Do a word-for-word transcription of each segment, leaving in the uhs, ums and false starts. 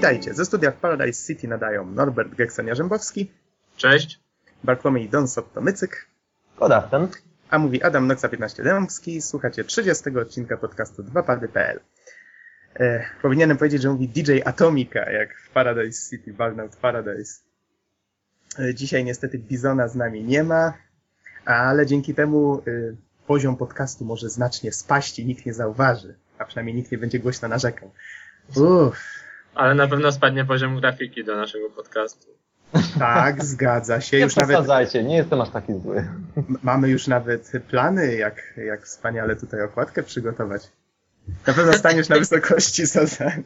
Witajcie, ze studia w Paradise City nadają Norbert Geksen-Jarzębowski. Cześć. Bartłomiej Donsot-Tomycyk. Kodaften. A mówi Adam Noxa piętnaście Dębski. Słuchacie trzydziestego odcinka podcastu dwa pady kropka p l. E, powinienem powiedzieć, że mówi D J Atomika, jak w Paradise City, Burnout Paradise. E, dzisiaj niestety Bizona z nami nie ma, ale dzięki temu e, poziom podcastu może znacznie spaść i nikt nie zauważy, a przynajmniej nikt nie będzie głośno narzekał. Uff. Ale na pewno spadnie poziom grafiki do naszego podcastu. Tak, zgadza się. Nie już przesadzajcie, nawet, nie jestem aż taki zły. m- mamy już nawet plany, jak, jak wspaniale tutaj okładkę przygotować. Na pewno staniesz na wysokości zadania.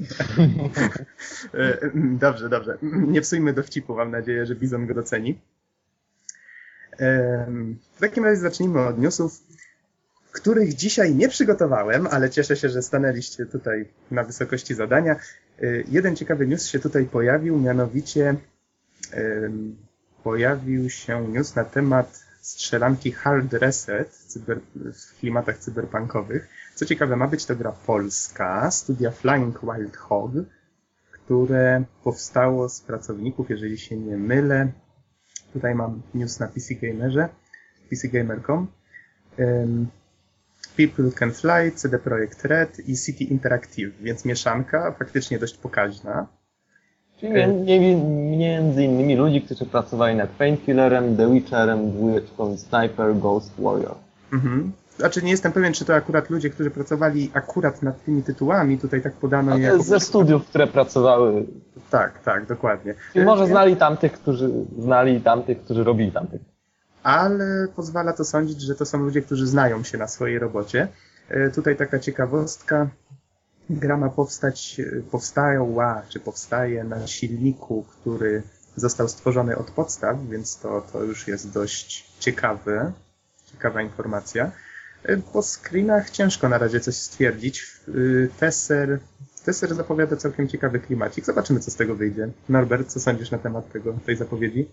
Dobrze, dobrze. Nie psujmy dowcipu, mam nadzieję, że Bizon go doceni. W takim razie zacznijmy od newsów, których dzisiaj nie przygotowałem, ale cieszę się, że stanęliście tutaj na wysokości zadania. Jeden ciekawy news się tutaj pojawił, mianowicie um, pojawił się news na temat strzelanki Hard Reset cyber, w klimatach cyberpunkowych. Co ciekawe, ma być to gra polska, studia Flying Wild Hog, które powstało z pracowników, jeżeli się nie mylę. Tutaj mam news na P C Gamerze, P C Gamer kropka com. Um, People Can Fly, C D Projekt Red i City Interactive, więc mieszanka faktycznie dość pokaźna. Czyli nie, nie, między innymi ludzi, którzy pracowali nad Painkillerem, The Witcherem, dwójeczką Sniper, Ghost Warrior. Mhm. Znaczy nie jestem pewien, czy to akurat ludzie, którzy pracowali akurat nad tymi tytułami, tutaj tak podano je. Jako... Ze studiów, które pracowały. Tak, tak, dokładnie. Czyli może znali tamtych, którzy znali tamtych, którzy robili tamtych. Ale pozwala to sądzić, że to są ludzie, którzy znają się na swojej robocie. Tutaj taka ciekawostka. Gra ma powstać, powstała, czy powstaje na silniku, który został stworzony od podstaw, więc to, to już jest dość ciekawe, ciekawa informacja. Po screenach ciężko na razie coś stwierdzić. Tesser, Tesser zapowiada całkiem ciekawy klimacik. Zobaczymy, co z tego wyjdzie. Norbert, co sądzisz na temat tego, tej zapowiedzi?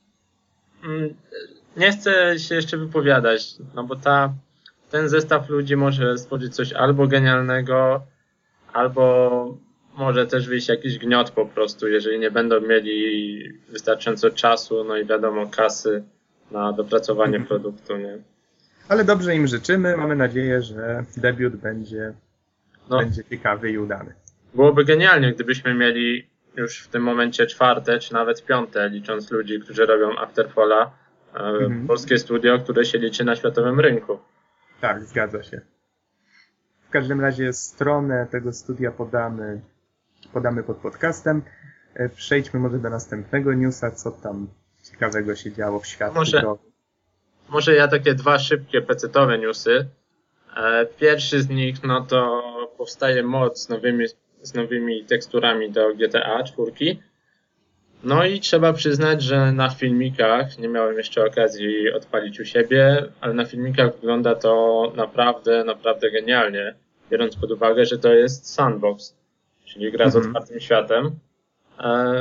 Nie chcę się jeszcze wypowiadać, no bo ta, ten zestaw ludzi może stworzyć coś albo genialnego, albo może też wyjść jakiś gniot po prostu, jeżeli nie będą mieli wystarczająco czasu, no i wiadomo, kasy na dopracowanie mhm. produktu, nie? Ale dobrze im życzymy, mamy nadzieję, że debiut będzie, no, będzie ciekawy i udany. Byłoby genialnie, gdybyśmy mieli już w tym momencie czwarte, czy nawet piąte, licząc ludzi, którzy robią Afterfalla, mhm. polskie studio, które się liczy na światowym rynku. Tak, zgadza się. W każdym razie stronę tego studia podamy, podamy pod podcastem. Przejdźmy może do następnego newsa, co tam ciekawego się działo w świecie. Może, może ja takie dwa szybkie pecetowe newsy. Pierwszy z nich, no to powstaje mod z nowymi, z nowymi teksturami do G T A cztery. No i trzeba przyznać, że na filmikach, nie miałem jeszcze okazji odpalić u siebie, ale na filmikach wygląda to naprawdę, naprawdę genialnie, biorąc pod uwagę, że to jest sandbox, czyli gra z mhm. otwartym światem. E...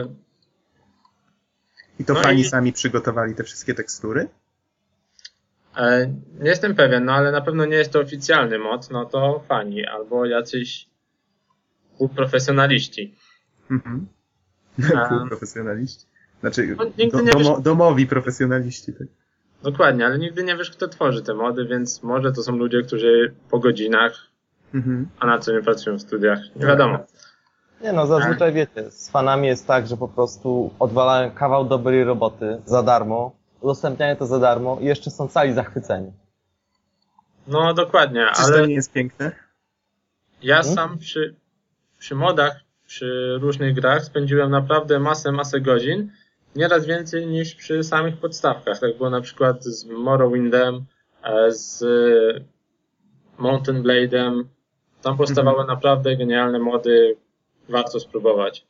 I to no fani i... sami przygotowali te wszystkie tekstury? E... Nie jestem pewien, no ale na pewno nie jest to oficjalny mod, no to fani albo jacyś profesjonaliści. Mhm. Um, profesjonaliści. Znaczy, no, do, domo, domowi profesjonaliści. Tak. Dokładnie, ale nigdy nie wiesz, kto tworzy te mody, więc może to są ludzie, którzy po godzinach, mhm. a na co nie pracują w studiach, nie wiadomo. Nie no, zazwyczaj wiecie, z fanami jest tak, że po prostu odwalają kawał dobrej roboty za darmo, udostępniają to za darmo i jeszcze są cali zachwyceni. No dokładnie, Czyż ale... to nie jest piękne? Ja hmm? sam przy, przy modach, przy różnych grach spędziłem naprawdę masę, masę godzin, nieraz więcej niż przy samych podstawkach. Tak było na przykład z Morrowindem, z Mountain Blade'em. Tam powstawały mm-hmm. naprawdę genialne mody, warto spróbować.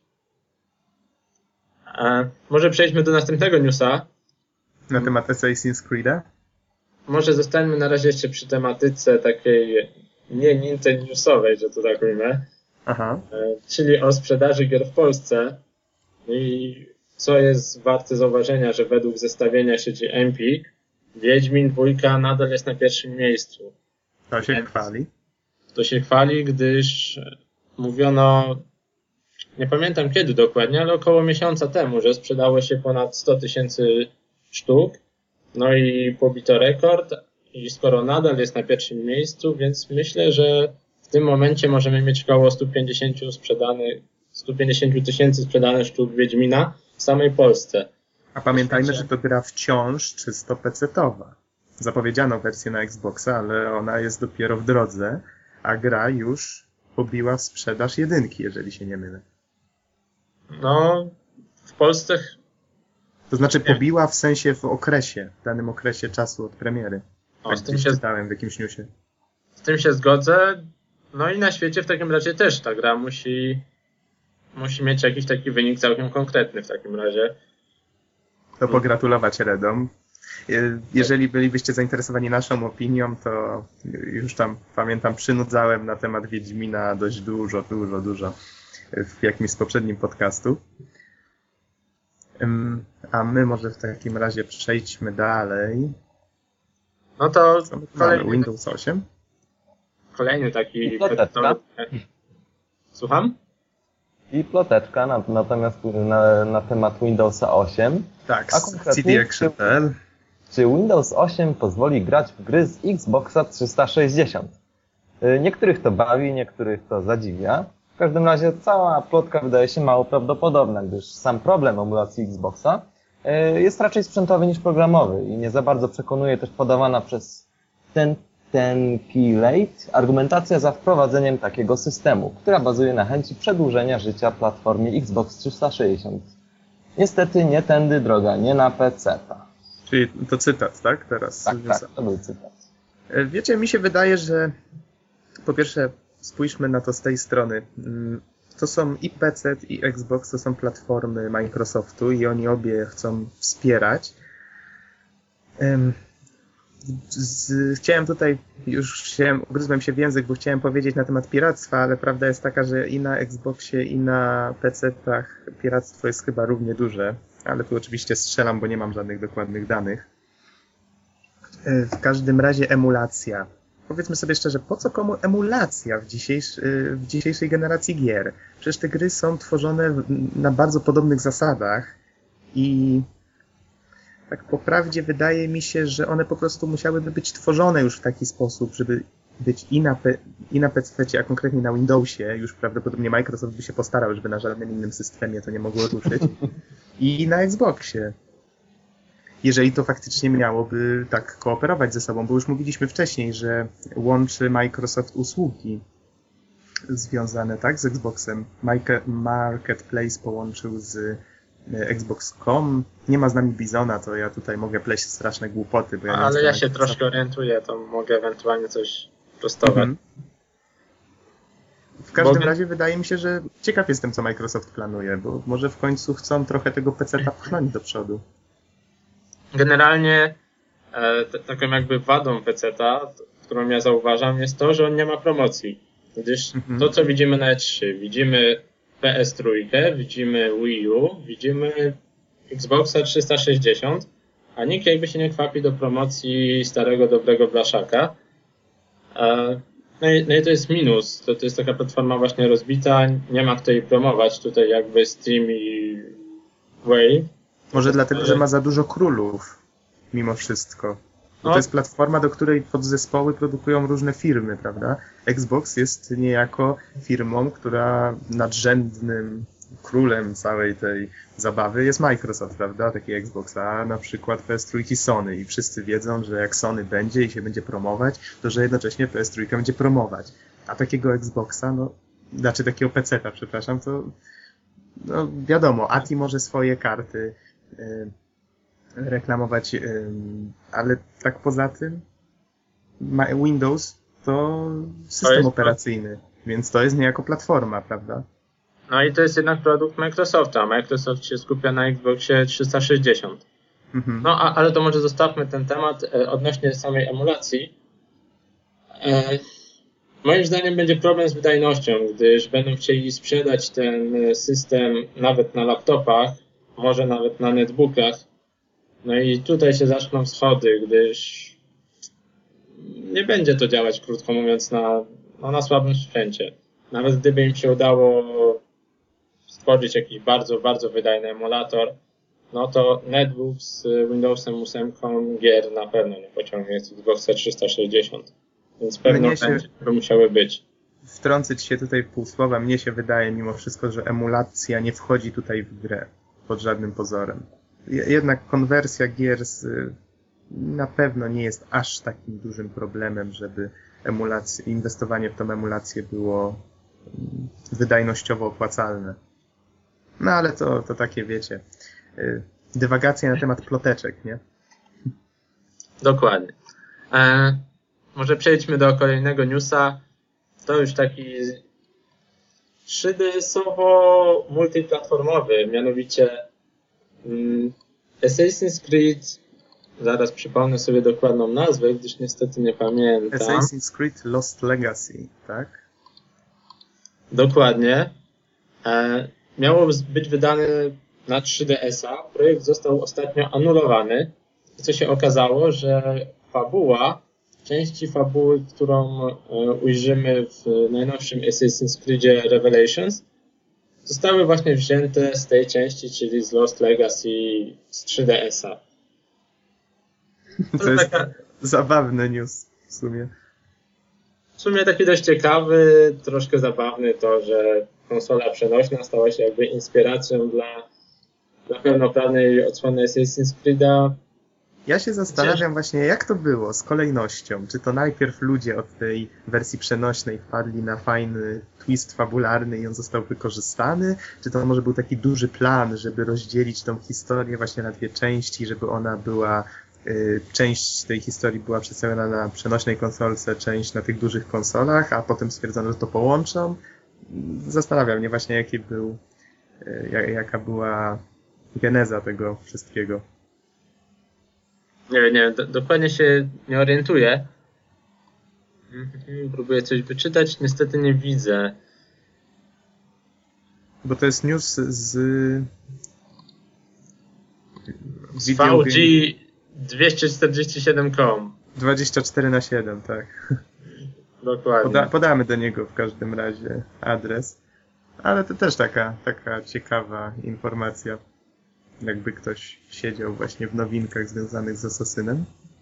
E, może przejdźmy do następnego newsa. Na temat Assassin's Creed'a? Może zostańmy na razie jeszcze przy tematyce takiej nie newsowej, że to tak ujmę. Aha. Czyli o sprzedaży gier w Polsce. I co jest warte zauważenia, że według zestawienia sieci Empik Wiedźmin dwa nadal jest na pierwszym miejscu. To się chwali. To się chwali, gdyż mówiono nie pamiętam kiedy dokładnie, ale około miesiąca temu, że sprzedało się ponad sto tysięcy sztuk, no i pobito rekord i skoro nadal jest na pierwszym miejscu, więc myślę, że w tym momencie możemy mieć około sto pięćdziesiąt sprzedanych, sto pięćdziesiąt tysięcy sprzedanych sztuk Wiedźmina w samej Polsce. A pamiętajmy, że to gra wciąż czysto pecetowa. Zapowiedziano wersję na Xboxa, ale ona jest dopiero w drodze, a gra już pobiła sprzedaż jedynki, jeżeli się nie mylę. No, w Polsce... To znaczy pobiła w sensie w okresie, w danym okresie czasu od premiery. O, tak z tym się... czytałem w jakimś newsie. Z tym się zgodzę. No i na świecie w takim razie też ta gra musi, musi mieć jakiś taki wynik całkiem konkretny w takim razie. To pogratulować Redom. Jeżeli bylibyście zainteresowani naszą opinią, to już tam, pamiętam, przynudzałem na temat Wiedźmina dość dużo, dużo, dużo w jakimś z poprzednich podcastów. A my może w takim razie przejdźmy dalej. No to kolejny Windows osiem. Kolejny taki... I ploteczka. Słucham? I ploteczka na, natomiast na, na temat Windowsa osiem. Tak, a z C D Action kropka p l. Czy Windows osiem pozwoli grać w gry z Xboxa trzysta sześćdziesiąt? Niektórych to bawi, niektórych to zadziwia. W każdym razie cała plotka wydaje się mało prawdopodobna, gdyż sam problem emulacji Xboxa jest raczej sprzętowy niż programowy i nie za bardzo przekonuje też podawana przez ten Tenkilate argumentacja za wprowadzeniem takiego systemu, która bazuje na chęci przedłużenia życia platformie Xbox trzysta sześćdziesiąt. Niestety nie tędy droga, nie na peceta. Czyli to cytat, tak? Teraz. Tak, tak, to był cytat. Wiecie, mi się wydaje, że po pierwsze spójrzmy na to z tej strony. To są i P C i Xbox, to są platformy Microsoftu i oni obie chcą wspierać. Z, chciałem tutaj, już chciałem, ugryzłem się w język, bo chciałem powiedzieć na temat piractwa, ale prawda jest taka, że i na Xboxie, i na P C-tach piractwo jest chyba równie duże, ale tu oczywiście strzelam, bo nie mam żadnych dokładnych danych. W każdym razie emulacja. Powiedzmy sobie szczerze, po co komu emulacja w, dzisiejsz, w dzisiejszej generacji gier? Przecież te gry są tworzone na bardzo podobnych zasadach i tak po prawdzie wydaje mi się, że one po prostu musiałyby być tworzone już w taki sposób, żeby być i na, pe- i na P C, a konkretnie na Windowsie, już prawdopodobnie Microsoft by się postarał, żeby na żadnym innym systemie to nie mogło ruszyć, i na Xboxie. Jeżeli to faktycznie miałoby tak kooperować ze sobą, bo już mówiliśmy wcześniej, że łączy Microsoft usługi związane tak z Xboxem. Marketplace połączył z Xbox kropka com. Nie ma z nami Bizona, to ja tutaj mogę pleść straszne głupoty. Bo ja ale ja się troszkę orientuję, to mogę ewentualnie coś prostować. Mhm. W każdym bo... razie wydaje mi się, że ciekaw jestem, co Microsoft planuje, bo może w końcu chcą trochę tego peceta pchnąć do przodu. Generalnie e, t- taką jakby wadą peceta, t- którą ja zauważam, jest to, że on nie ma promocji. Gdyż mhm. to, co widzimy na E trzy, widzimy P S trzy, widzimy Wii U, widzimy Xboxa trzysta sześćdziesiąt, a nikt jakby się nie kwapi do promocji starego, dobrego blaszaka. E, no, i, no i to jest minus. To, to jest taka platforma właśnie rozbita, nie ma kto jej promować. Tutaj jakby Steam i Wave. Może dlatego, że ma za dużo królów, mimo wszystko. Bo no. To jest platforma, do której podzespoły produkują różne firmy, prawda? Xbox jest niejako firmą, która nadrzędnym królem całej tej zabawy jest Microsoft, prawda? Taki Xbox, a na przykład P S trzy i Sony. I wszyscy wiedzą, że jak Sony będzie i się będzie promować, to że jednocześnie P S trzy będzie promować. A takiego Xboxa, no, znaczy takiego peceta, przepraszam, to no wiadomo, A T I może swoje karty y, reklamować, y, ale tak poza tym Windows to system to jest operacyjny, więc to jest niejako platforma, prawda? No i to jest jednak produkt Microsofta. Microsoft się skupia na Xboxie trzysta sześćdziesiąt. Mhm. No a, ale to może zostawmy ten temat e, odnośnie samej emulacji. E, moim zdaniem będzie problem z wydajnością, gdyż będą chcieli sprzedać ten system nawet na laptopach, może nawet na netbookach. No i tutaj się zaczną schody, gdyż nie będzie to działać, krótko mówiąc, na, no, na słabym sprzęcie. Nawet gdyby im się udało stworzyć jakiś bardzo, bardzo wydajny emulator, no to netbook z Windowsem osiem gier na pewno nie pociągnie z Xboxa trzysta sześćdziesiąt, więc pewno Mnie się- będzie, by musiały być. Wtrącę ci się tutaj w pół słowa. Mnie się wydaje mimo wszystko, że emulacja nie wchodzi tutaj w grę pod żadnym pozorem. Je- Jednak konwersja gier z, y, na pewno nie jest aż takim dużym problemem, żeby emulację, inwestowanie w tą emulację było mm, wydajnościowo opłacalne. No ale to, to takie wiecie, y, dywagacje na temat ploteczek, nie? Dokładnie. E, może przejdźmy do kolejnego newsa. To już taki trzy D S-owo-multiplatformowy, mianowicie mm, Assassin's Creed, zaraz przypomnę sobie dokładną nazwę, gdyż niestety nie pamiętam. Assassin's Creed Lost Legacy, tak? Dokładnie. E, miało być wydane na trzy D S-a. Projekt został ostatnio anulowany. I co się okazało, że fabuła, części fabuły, którą e, ujrzymy w najnowszym Assassin's Creedzie Revelations, zostały właśnie wzięte z tej części, czyli z Lost Legacy z trzy D S-a. To jest taka- zabawny news w sumie. W sumie taki dość ciekawy, troszkę zabawny to, że konsola przenośna stała się jakby inspiracją dla, dla pełnoprawnej odsłony Assassin's Creed'a. Ja się zastanawiam właśnie, jak to było z kolejnością. Czy to najpierw ludzie od tej wersji przenośnej wpadli na fajny twist fabularny i on został wykorzystany? Czy to może był taki duży plan, żeby rozdzielić tą historię właśnie na dwie części, żeby ona była, y, część tej historii była przedstawiona na przenośnej konsolce, część na tych dużych konsolach, a potem stwierdzono, że to połączą? Zastanawiam mnie właśnie, jaki był, y, ja- jaka była geneza tego wszystkiego. Nie wiem, nie wiem, do, dokładnie się nie orientuję. Mhm, próbuję coś wyczytać, niestety nie widzę. Bo to jest news z... Z Video V Game G dwieście czterdzieści siedem kropka com. dwadzieścia cztery na siedem, tak. Dokładnie. Poda, podamy do niego w każdym razie adres. Ale to też taka, taka ciekawa informacja. Jakby ktoś siedział właśnie w nowinkach związanych z Assassinem.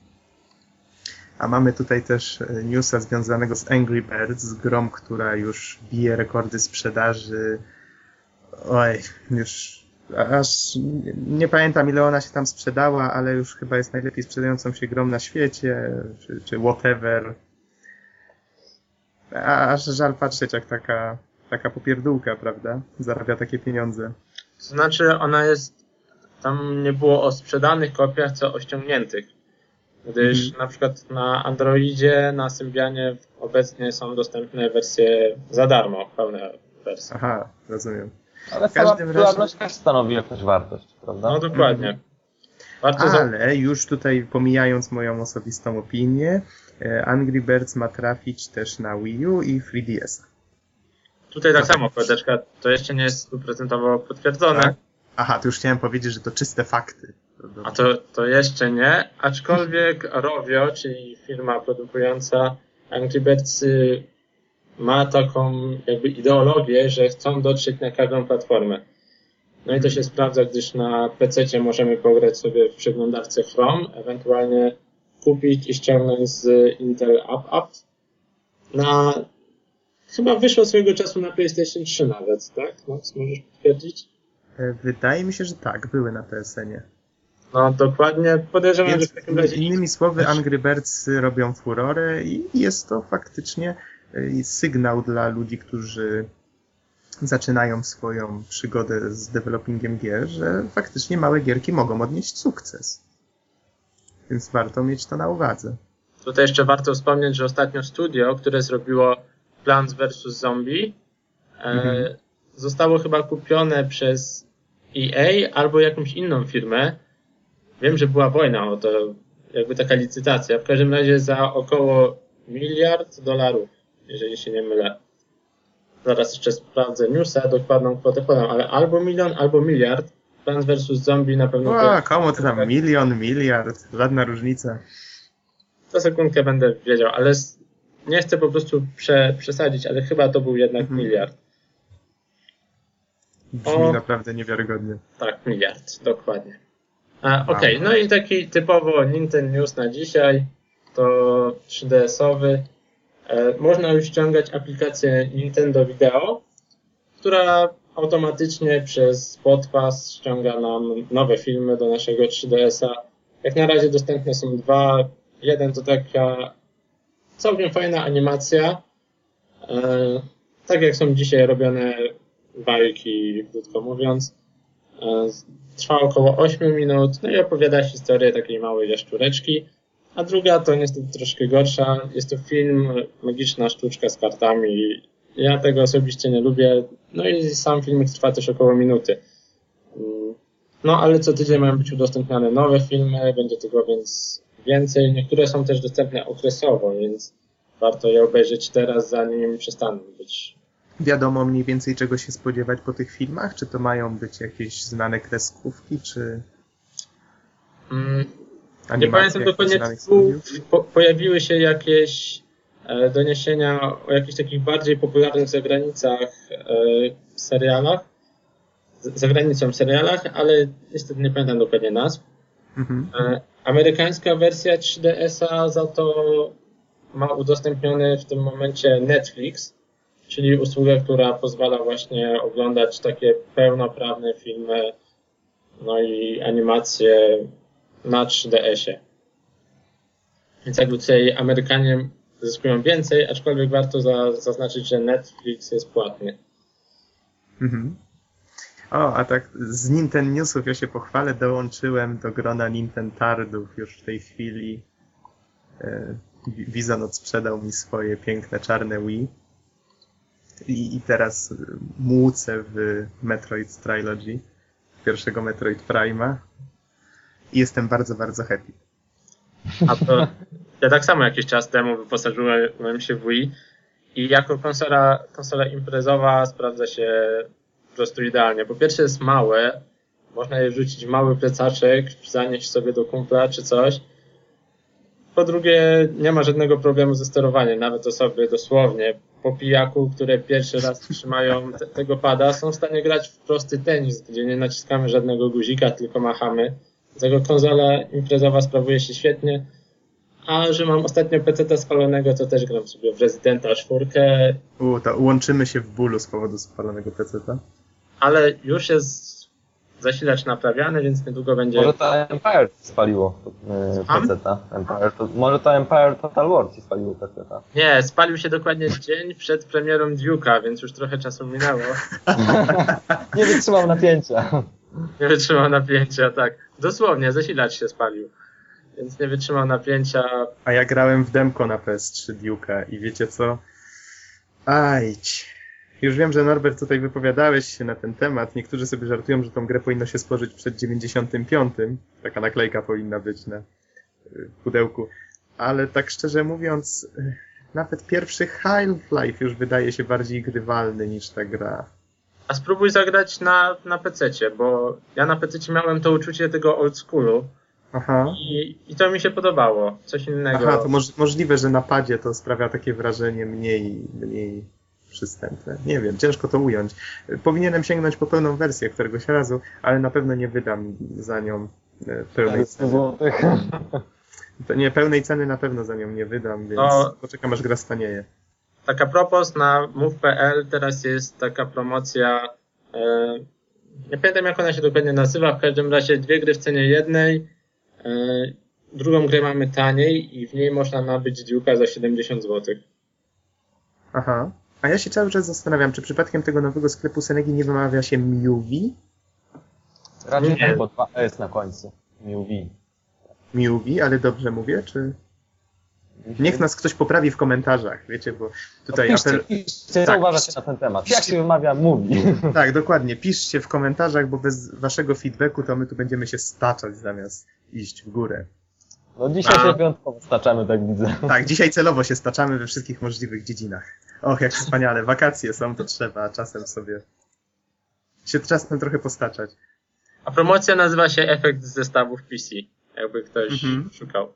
A mamy tutaj też e, newsa związanego z Angry Birds, z grą, która już bije rekordy sprzedaży. Oj, już aż nie, nie pamiętam, ile ona się tam sprzedała, ale już chyba jest najlepiej sprzedającą się grą na świecie, czy, czy whatever. A, aż żal patrzeć, jak taka, taka popierdółka, prawda? Zarabia takie pieniądze. To znaczy, ona jest. Tam nie było o sprzedanych kopiach, co o ściągniętych. Gdyż Mhm. na przykład na Androidzie, na Symbianie obecnie są dostępne wersje za darmo, pełne wersje. Aha, rozumiem. Ale W sama każdym razie- popularność też stanowi jakąś wartość, prawda? No dokładnie. Warto za... Ale już tutaj pomijając moją osobistą opinię, e, Angry Birds ma trafić też na Wii U i trzy D S. Tutaj tak samo, Kładeczka, to jeszcze nie jest stuprocentowo potwierdzone, Tak? Aha, to już chciałem powiedzieć, że to czyste fakty. Prawda? a to, to jeszcze nie, aczkolwiek Rovio, czyli firma produkująca Angry Birds, y, ma taką jakby ideologię, że chcą dotrzeć na każdą platformę. No i to się sprawdza, gdyż na pececie możemy pograć sobie w przeglądarce Chrome, ewentualnie kupić i ściągnąć z Intel App App. Na... Chyba wyszło swojego czasu na PlayStation trzy nawet, tak? Max, możesz potwierdzić? E, Wydaje mi się, że tak, były na P S N ie. No dokładnie, podejrzewam, że Więc w takim razie... innymi słowy, Angry Birds robią furorę i jest to faktycznie e, sygnał dla ludzi, którzy zaczynają swoją przygodę z developingiem gier, że faktycznie małe gierki mogą odnieść sukces. Więc warto mieć to na uwadze. Tutaj jeszcze warto wspomnieć, że ostatnio studio, które zrobiło Plants versus. Zombie, Mhm. e, zostało chyba kupione przez E A albo jakąś inną firmę. Wiem, że była wojna o to, jakby taka licytacja. W każdym razie za około miliard dolarów, jeżeli się nie mylę. Zaraz jeszcze sprawdzę newsa, dokładną kwotę podam, ale albo milion, albo miliard. Plants versus. Zombie na pewno... O, komu to tam milion, miliard, żadna różnica. Za sekundkę będę wiedział, ale s- nie chcę po prostu prze, przesadzić, ale chyba to był jednak Mhm. miliard. Brzmi O. naprawdę niewiarygodnie. Tak, miliard, dokładnie. A, Okej, okay. No i taki typowo Nintendo News na dzisiaj to trzy D S-owy. E, można już ściągać aplikację Nintendo Video, która automatycznie przez Podpass ściąga nam nowe filmy do naszego trzy D S-a. Jak na razie dostępne są dwa. Jeden to taka całkiem fajna animacja. E, tak jak są dzisiaj robione bajki, krótko mówiąc. E, trwa około osiem minut, no i opowiada historię takiej małej jaszczureczki. A druga to niestety troszkę gorsza. Jest to film Magiczna sztuczka z kartami. Ja tego osobiście nie lubię. No i sam filmik trwa też około minuty. No ale co tydzień mają być udostępniane nowe filmy, będzie tego więc więcej. Niektóre są też dostępne okresowo, więc warto je obejrzeć teraz, zanim przestaną być. Wiadomo mniej więcej czego się spodziewać po tych filmach? Czy to mają być jakieś znane kreskówki, czy... Mm. Nie pamiętam dokładnie tytułów. Po, pojawiły się jakieś e, doniesienia o jakichś takich bardziej popularnych za granicach e, serialach, z, za granicą serialach, ale niestety nie pamiętam dokładnie nazw. Mhm. E, amerykańska wersja trzy D S-a za to ma udostępniony w tym momencie Netflix, czyli usługę, która pozwala właśnie oglądać takie pełnoprawne filmy, no i animacje na trzy D S-ie. Więc jakby tutaj Amerykanie zyskują więcej, aczkolwiek warto za, zaznaczyć, że Netflix jest płatny. Mhm. O, a tak z Nintendo Newsów ja się pochwalę, dołączyłem do grona Nintendardów już w tej chwili. E, Bizon odsprzedał mi swoje piękne czarne Wii. I, i teraz młócę w Metroid Trilogy, pierwszego Metroid Prime'a. I jestem bardzo, bardzo happy. A to ja tak samo jakiś czas temu wyposażyłem się w Wii i jako konsola, konsola imprezowa sprawdza się po prostu idealnie. Po pierwsze jest małe, można je wrzucić w mały plecaczek, zanieść sobie do kumpla czy coś. Po drugie nie ma żadnego problemu ze sterowaniem, nawet osoby dosłownie po pijaku, które pierwszy raz trzymają te, tego pada, są w stanie grać w prosty tenis, gdzie nie naciskamy żadnego guzika, tylko machamy. Dlatego konsola imprezowa sprawuje się świetnie, a że mam ostatnio peceta spalonego, to też gram sobie w Residenta czwórkę. U, to łączymy się w bólu z powodu spalonego peceta. Ale już jest zasilacz naprawiany, więc niedługo będzie... Może to Empire spaliło yy, peceta. Empire to, może to Empire Total War ci spaliło peceta. Nie, spalił się dokładnie dzień przed premierą Duke'a, więc już trochę czasu minęło. Nie wytrzymał napięcia. Nie wytrzymał napięcia, tak. Dosłownie, zasilacz się spalił. Więc nie wytrzymał napięcia. A ja grałem w demko na P S trzy Duke'a i wiecie co? Ajdź. Już wiem, że Norbert tutaj wypowiadałeś się na ten temat. Niektórzy sobie żartują, że tą grę powinno się spożyć przed dziewięćdziesiątym piątym. Taka naklejka powinna być na pudełku. Ale tak szczerze mówiąc, nawet pierwszy Half-Life już wydaje się bardziej grywalny niż ta gra. A spróbuj zagrać na, na pececie, bo ja na pececie miałem to uczucie tego old schoolu. Aha. I, I to mi się podobało. Coś innego. Aha, to moż, możliwe, że na padzie to sprawia takie wrażenie mniej, mniej przystępne. Nie wiem, ciężko to ująć. Powinienem sięgnąć po pełną wersję któregoś razu, ale na pewno nie wydam za nią pełnej ceny. To nie, pełnej ceny na pewno za nią nie wydam, więc no, poczekam aż gra stanieje. Tak a propos, na move kropka p l teraz jest taka promocja, e, nie pamiętam jak ona się dokładnie nazywa, w każdym razie dwie gry w cenie jednej, e, drugą grę mamy taniej i w niej można nabyć Duke'a za siedemdziesiąt złotych. Aha, a ja się cały czas zastanawiam, czy przypadkiem tego nowego sklepu Senegi nie wymawia się Miuvi? Raczej nie, bo dwa S na końcu. Miuvi. Miuvi, ale dobrze mówię, czy... Niech nas ktoś poprawi w komentarzach, wiecie, bo tutaj... Piszcie, apel... piszcie, co tak, uważacie na ten temat. Jak się wymawia Mówi? Tak, dokładnie. Piszcie w komentarzach, bo bez waszego feedbacku to my tu będziemy się staczać zamiast iść w górę. No dzisiaj A. się wyjątkowo staczamy, tak widzę. Tak, dzisiaj celowo się staczamy we wszystkich możliwych dziedzinach. Och, jak wspaniale. Wakacje są, to trzeba czasem sobie... się czasem trochę postaczać. A promocja nazywa się Efekt z zestawów P C, jakby ktoś mhm. szukał.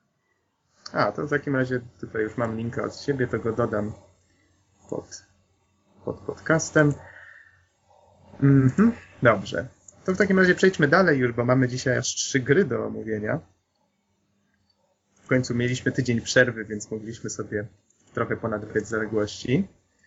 A, to w takim razie tutaj już mam linka od siebie, to go dodam pod, pod podcastem. Mhm, dobrze. To w takim razie przejdźmy dalej już, bo mamy dzisiaj aż trzy gry do omówienia. W końcu mieliśmy tydzień przerwy, więc mogliśmy sobie trochę ponadrobić zaległości.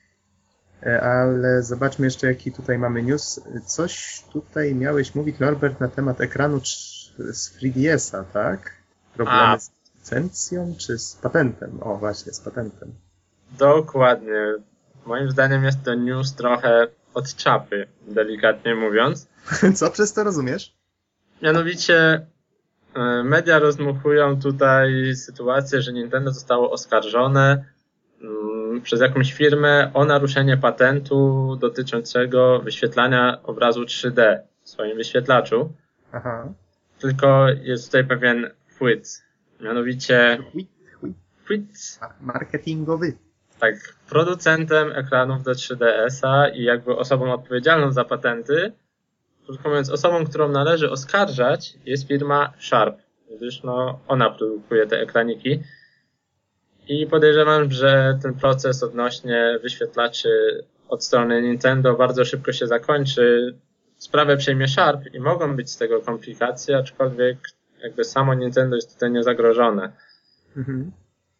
Ale zobaczmy jeszcze, jaki tutaj mamy news. Coś tutaj miałeś mówić, Norbert, na temat ekranu z trzy D S a, tak? Problemy A. z licencją czy z patentem? O, właśnie, z patentem. Dokładnie. Moim zdaniem jest to news trochę od czapy, delikatnie mówiąc. Co przez to rozumiesz? Mianowicie e, media rozdmuchują tutaj sytuację, że Nintendo zostało oskarżone mm, przez jakąś firmę o naruszenie patentu dotyczącego wyświetlania obrazu trzy D w swoim wyświetlaczu. Aha. Tylko jest tutaj pewien chwyt. Mianowicie Chwyt, chwyt. chwyt, A, marketingowy. tak, producentem ekranów do trzy D S a i jakby osobą odpowiedzialną za patenty, krótko mówiąc, osobą, którą należy oskarżać, jest firma Sharp, gdyż no, ona produkuje te ekraniki. I podejrzewam, że ten proces odnośnie wyświetlaczy od strony Nintendo bardzo szybko się zakończy. Sprawę przejmie Sharp i mogą być z tego komplikacje, aczkolwiek jakby samo Nintendo jest tutaj niezagrożone. Mhm.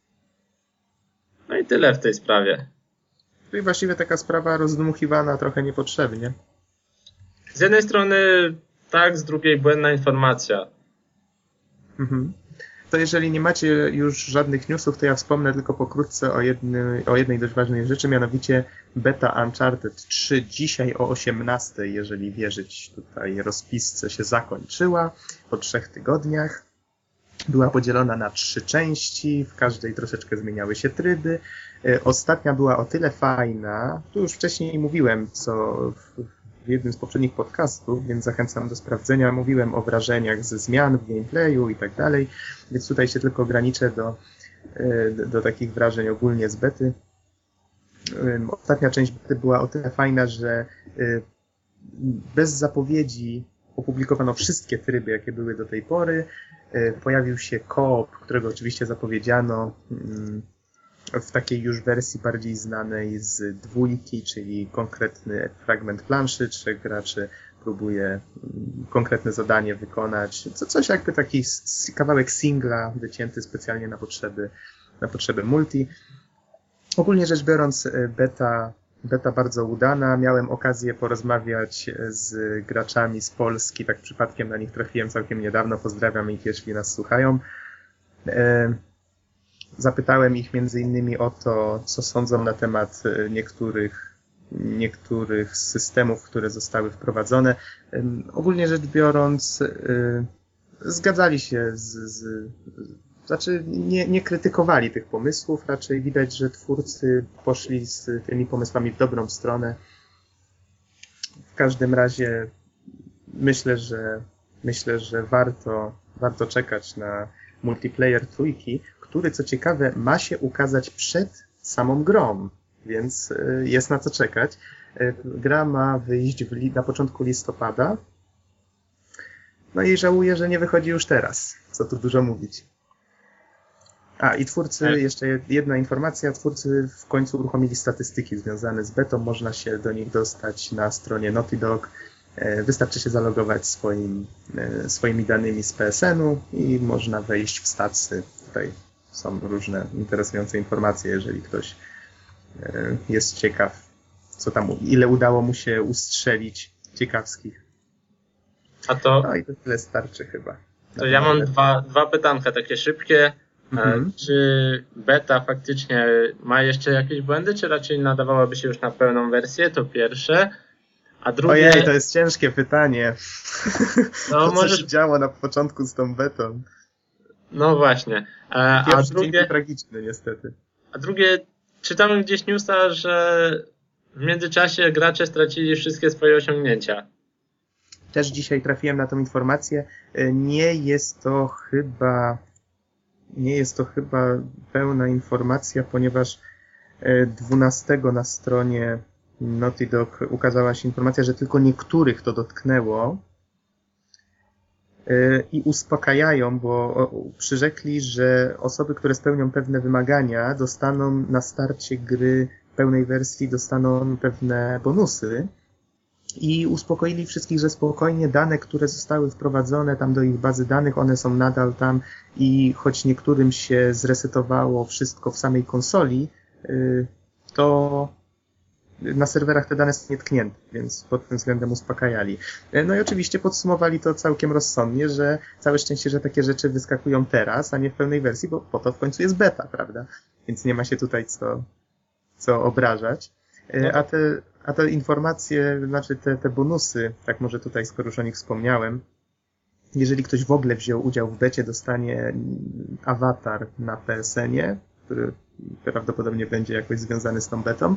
No i tyle w tej sprawie. Czyli właściwie taka sprawa rozdmuchiwana trochę niepotrzebnie. Z jednej strony tak, z drugiej błędna informacja. Mhm. To jeżeli nie macie już żadnych newsów, to ja wspomnę tylko pokrótce o, jednym, o jednej dość ważnej rzeczy, mianowicie beta Uncharted trzy dzisiaj o osiemnastej, jeżeli wierzyć tutaj rozpisce, się zakończyła po trzech tygodniach. Była podzielona na trzy części, w każdej troszeczkę zmieniały się tryby. Ostatnia była o tyle fajna, tu już wcześniej mówiłem, co w, w jednym z poprzednich podcastów, więc zachęcam do sprawdzenia. Mówiłem o wrażeniach ze zmian w gameplayu i tak dalej, więc tutaj się tylko ograniczę do, do, do takich wrażeń ogólnie z bety. Ostatnia część bety była o tyle fajna, że bez zapowiedzi opublikowano wszystkie tryby, jakie były do tej pory. Pojawił się co-op, którego oczywiście zapowiedziano w takiej już wersji bardziej znanej z dwójki, czyli konkretny fragment planszy, trzech graczy próbuje konkretne zadanie wykonać. Co, coś jakby taki kawałek singla wycięty specjalnie na potrzeby, na potrzeby multi. Ogólnie rzecz biorąc, beta, beta bardzo udana. Miałem okazję porozmawiać z graczami z Polski, tak przypadkiem na nich trafiłem całkiem niedawno. Pozdrawiam ich, jeśli nas słuchają. Zapytałem ich między innymi o to, co sądzą na temat niektórych, niektórych systemów, które zostały wprowadzone. Ogólnie rzecz biorąc, zgadzali się z, z znaczy nie, nie krytykowali tych pomysłów, raczej widać, że twórcy poszli z tymi pomysłami w dobrą stronę. W każdym razie myślę, że myślę, że warto, warto czekać na multiplayer trójki, który co ciekawe ma się ukazać przed samą grą, więc jest na co czekać. Gra ma wyjść w li- na początku listopada. No i żałuję, że nie wychodzi już teraz. Co tu dużo mówić. A i twórcy, jeszcze jedna informacja, twórcy w końcu uruchomili statystyki związane z betą, można się do nich dostać na stronie Naughty Dog. Wystarczy się zalogować swoim, swoimi danymi z P S N u i można wejść w statsy. Tutaj są różne interesujące informacje, jeżeli ktoś jest ciekaw, co tam, ile udało mu się ustrzelić ciekawskich. A to, No i to tyle starczy chyba. to ja mam dwa, dwa pytanka takie szybkie. Mhm. Czy beta faktycznie ma jeszcze jakieś błędy, czy raczej nadawałaby się już na pełną wersję? To pierwsze. A drugie... Ojej, to jest ciężkie pytanie. No, to, co może... się działo na początku z tą betą. No właśnie. A, a drugie... tragiczny niestety. A drugie, czytałem gdzieś newsa, że w międzyczasie gracze stracili wszystkie swoje osiągnięcia. Też dzisiaj trafiłem na tą informację. Nie jest to chyba... Nie jest to chyba pełna informacja, ponieważ dwunastego na stronie Naughty Dog ukazała się informacja, że tylko niektórych to dotknęło i uspokajają, bo przyrzekli, że osoby, które spełnią pewne wymagania, dostaną na starcie gry pełnej wersji, dostaną pewne bonusy. i uspokoili wszystkich, że spokojnie dane, które zostały wprowadzone tam do ich bazy danych, one są nadal tam i choć niektórym się zresetowało wszystko w samej konsoli, to na serwerach te dane są nietknięte, więc pod tym względem uspokajali. No i oczywiście podsumowali to całkiem rozsądnie, że całe szczęście, że takie rzeczy wyskakują teraz, a nie w pełnej wersji, bo po to w końcu jest beta, prawda? Więc nie ma się tutaj co, co obrażać. A te, a te informacje, znaczy te, te bonusy, tak może tutaj, skoro już o nich wspomniałem, jeżeli ktoś w ogóle wziął udział w becie, dostanie awatar na P S N-ie, który prawdopodobnie będzie jakoś związany z tą betą.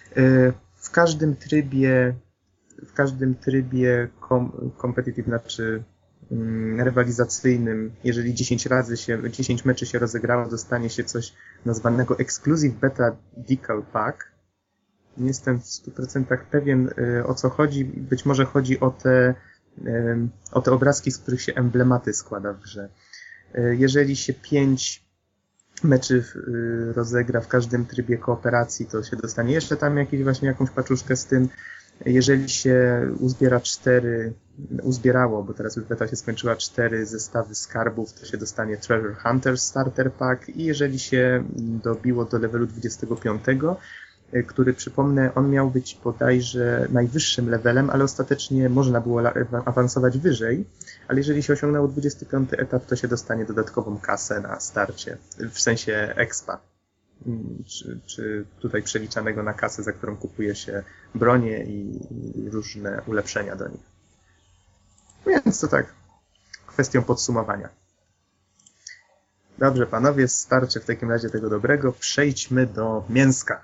W każdym trybie, w każdym trybie kom, competitive, znaczy um, rywalizacyjnym, jeżeli dziesięć razy się, dziesięć meczy się rozegrało, dostanie się coś nazwanego Exclusive Beta Decal Pack. Nie jestem w stu procentach pewien, o co chodzi. Być może chodzi o te, o te obrazki, z których się emblematy składa w grze. Jeżeli się pięć meczy rozegra w każdym trybie kooperacji, to się dostanie jeszcze tam jakiś, właśnie jakąś paczuszkę z tym. Jeżeli się uzbiera cztery, uzbierało, bo teraz już beta się skończyła, cztery zestawy skarbów, to się dostanie Treasure Hunter Starter Pack i jeżeli się dobiło do levelu dwudziestego piątego, który, przypomnę, on miał być bodajże najwyższym levelem, ale ostatecznie można było awansować wyżej, ale jeżeli się osiągnęło dwudziesty piąty etap, to się dostanie dodatkową kasę na starcie, w sensie expa, czy, czy tutaj przeliczanego na kasę, za którą kupuje się bronie i, i różne ulepszenia do nich. Więc to tak, kwestią podsumowania. Dobrze, panowie, starczy w takim razie tego dobrego, przejdźmy do mięska.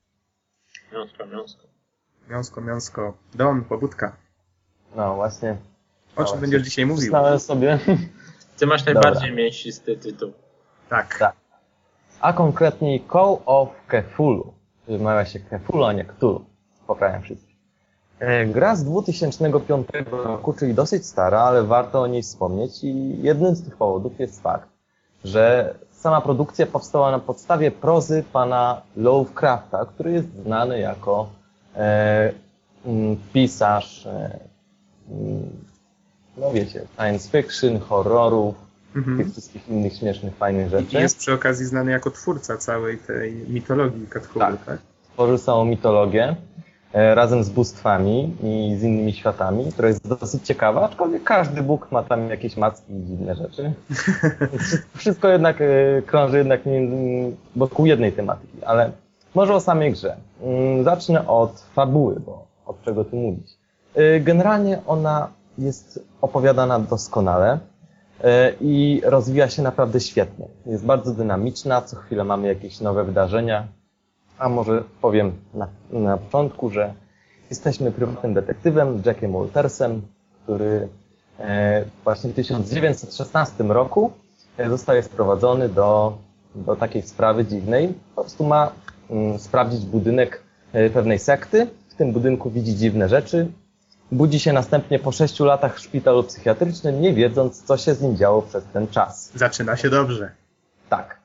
Miąsko, miąsko. Miąsko, miąsko. Don, pobudka. No właśnie. O no czym właśnie. będziesz dzisiaj mówił? Myślałem sobie. Ty masz najbardziej mięsisty tytuł. Tak. Tak. A konkretniej Call of Cthulhu. Wymawia się Cthulhu, a nie Cthulhu. Poprawiam wszystkich. Gra z dwa tysiące piątego roku, czyli dosyć stara, ale warto o niej wspomnieć i jednym z tych powodów jest fakt, że sama produkcja powstała na podstawie prozy pana Lovecrafta, który jest znany jako e, m, pisarz, e, m, no wiecie, science fiction, horrorów, Mhm. tych wszystkich innych śmiesznych, fajnych rzeczy. I jest przy okazji znany jako twórca całej tej mitologii Cthulhu, tak? tak? Tworzył całą mitologię e, razem z bóstwami i z innymi światami, która jest dosyć ciekawa, aczkolwiek każdy Bóg ma tam jakieś macki i dziwne rzeczy. Wszystko jednak e, krąży jednak wokół jednej tematyki, ale może o samej grze. Mm, zacznę od fabuły, bo od czego tu mówić. E, generalnie ona jest opowiadana doskonale e, i rozwija się naprawdę świetnie. Jest bardzo dynamiczna, co chwilę mamy jakieś nowe wydarzenia. A może powiem na, na początku, że jesteśmy prywatnym detektywem, Jackiem Waltersem, który e, właśnie w tysiąc dziewięćset szesnastym roku e, zostaje sprowadzony do, do takiej sprawy dziwnej. Po prostu ma mm, sprawdzić budynek e, pewnej sekty. W tym budynku widzi dziwne rzeczy. Budzi się następnie po sześciu latach w szpitalu psychiatrycznym, nie wiedząc, co się z nim działo przez ten czas. Zaczyna się dobrze. Tak.